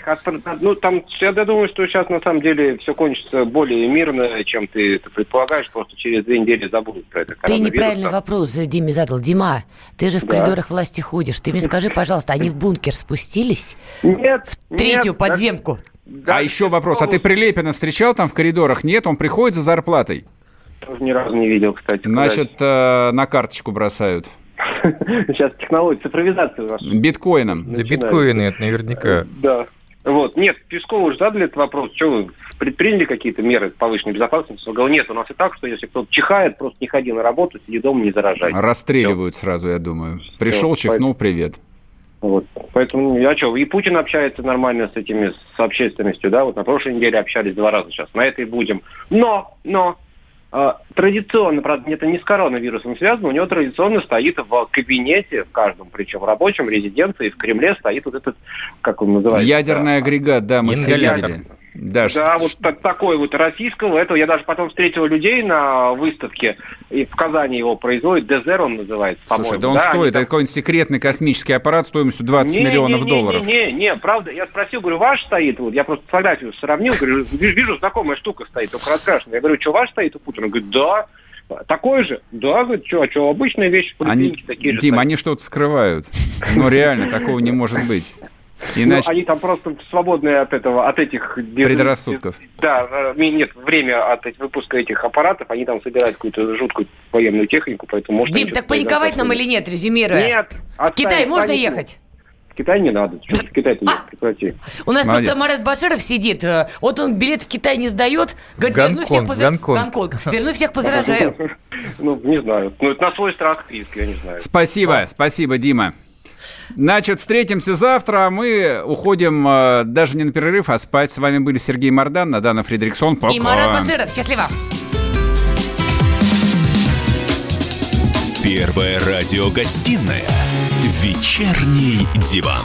Я думаю, что сейчас на самом деле все кончится более мирно, чем ты это предполагаешь, просто через 2 недели забудут про это. Ты неправильный вопрос Диме задал. Дима, ты же в коридорах власти ходишь. Ты мне скажи, пожалуйста, они в бункер спустились? Нет. В третью подземку? Да, а еще вопрос, а ты Прилепина встречал там в коридорах? Нет, он приходит за зарплатой? Тоже ни разу не видел, кстати. Значит, на карточку бросают. Сейчас технология, цифровизация у нас. Биткоином. Да биткоины, это наверняка. Да. Вот. Нет, Пескову уже задали этот вопрос. Что вы предприняли какие-то меры повышенной безопасности? Он говорил, нет, у нас и так, что если кто-то чихает, просто не ходи на работу, сиди дома, не заражай. Расстреливают сразу, я думаю. Пришел, чихнул, привет. Вот. Поэтому, и Путин общается нормально с общественностью, да, вот на прошлой неделе общались 2 раза сейчас, на это и будем. Но, традиционно, правда, это не с коронавирусом связано, у него традиционно стоит в кабинете, в каждом, причем рабочем, резиденции, в Кремле стоит вот этот, как он называется? Ядерный агрегат, да, мы все видели. Да, вот такой вот российского, этого я даже потом встретил людей на выставке, и в Казани его производят, ДЗР он называется, по-моему. Слушай, да он стоит, это какой-нибудь секретный космический аппарат стоимостью 20 миллионов долларов. Не, правда, я спросил, говорю, ваш стоит, вот я просто фотографию сравнил, говорю, вижу, знакомая штука стоит, только раскрашенная. Я говорю, что ваш стоит у Путина? Он говорит, да. Такой же? Да, говорит, что, обычная вещь, поликлиники такие же. Дим, они что-то скрывают. Ну, реально, такого не может быть. Иначе... они там просто свободные от этих... предрассудков. Да, нет, время от выпуска этих аппаратов, они там собирают какую-то жуткую военную технику, поэтому... Может, Дим, так паниковать нам или нет, резюмируя? Нет. В Китай можно ехать? В Китай не надо. Что в Китай не прекрати. У нас просто Марат Баширов сидит. Вот он билет в Китай не сдает. Говорит, Гонконг. Верну всех позаражаю. Ну, не знаю. Ну, это на свой страх и риск, я не знаю. Спасибо, Дима. Значит, встретимся завтра, а мы уходим даже не на перерыв, а спать. С вами были Сергей Мардан, Надана Фридриксон. И Марат Баширов. Счастливо. Первая радиогостинная «Вечерний диван».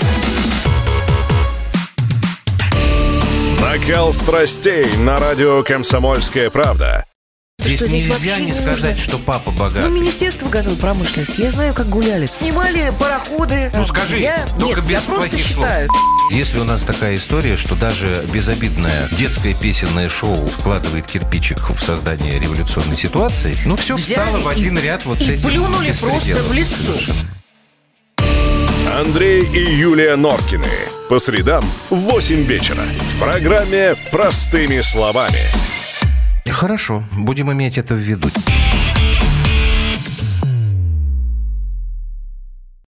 Накал страстей на радио «Комсомольская правда». Здесь нельзя не сказать, что папа богатый. Министерство газовой промышленности, я знаю, как гуляли. Снимали пароходы. Ну скажи, только без плохих слов. Если у нас такая история, что даже безобидное детское песенное шоу вкладывает кирпичик в создание революционной ситуации, все встало в один ряд вот с этим. Плюнули просто в лицо. Андрей и Юлия Норкины. По средам в 8 вечера. В программе «Простыми словами». Хорошо, будем иметь это в виду.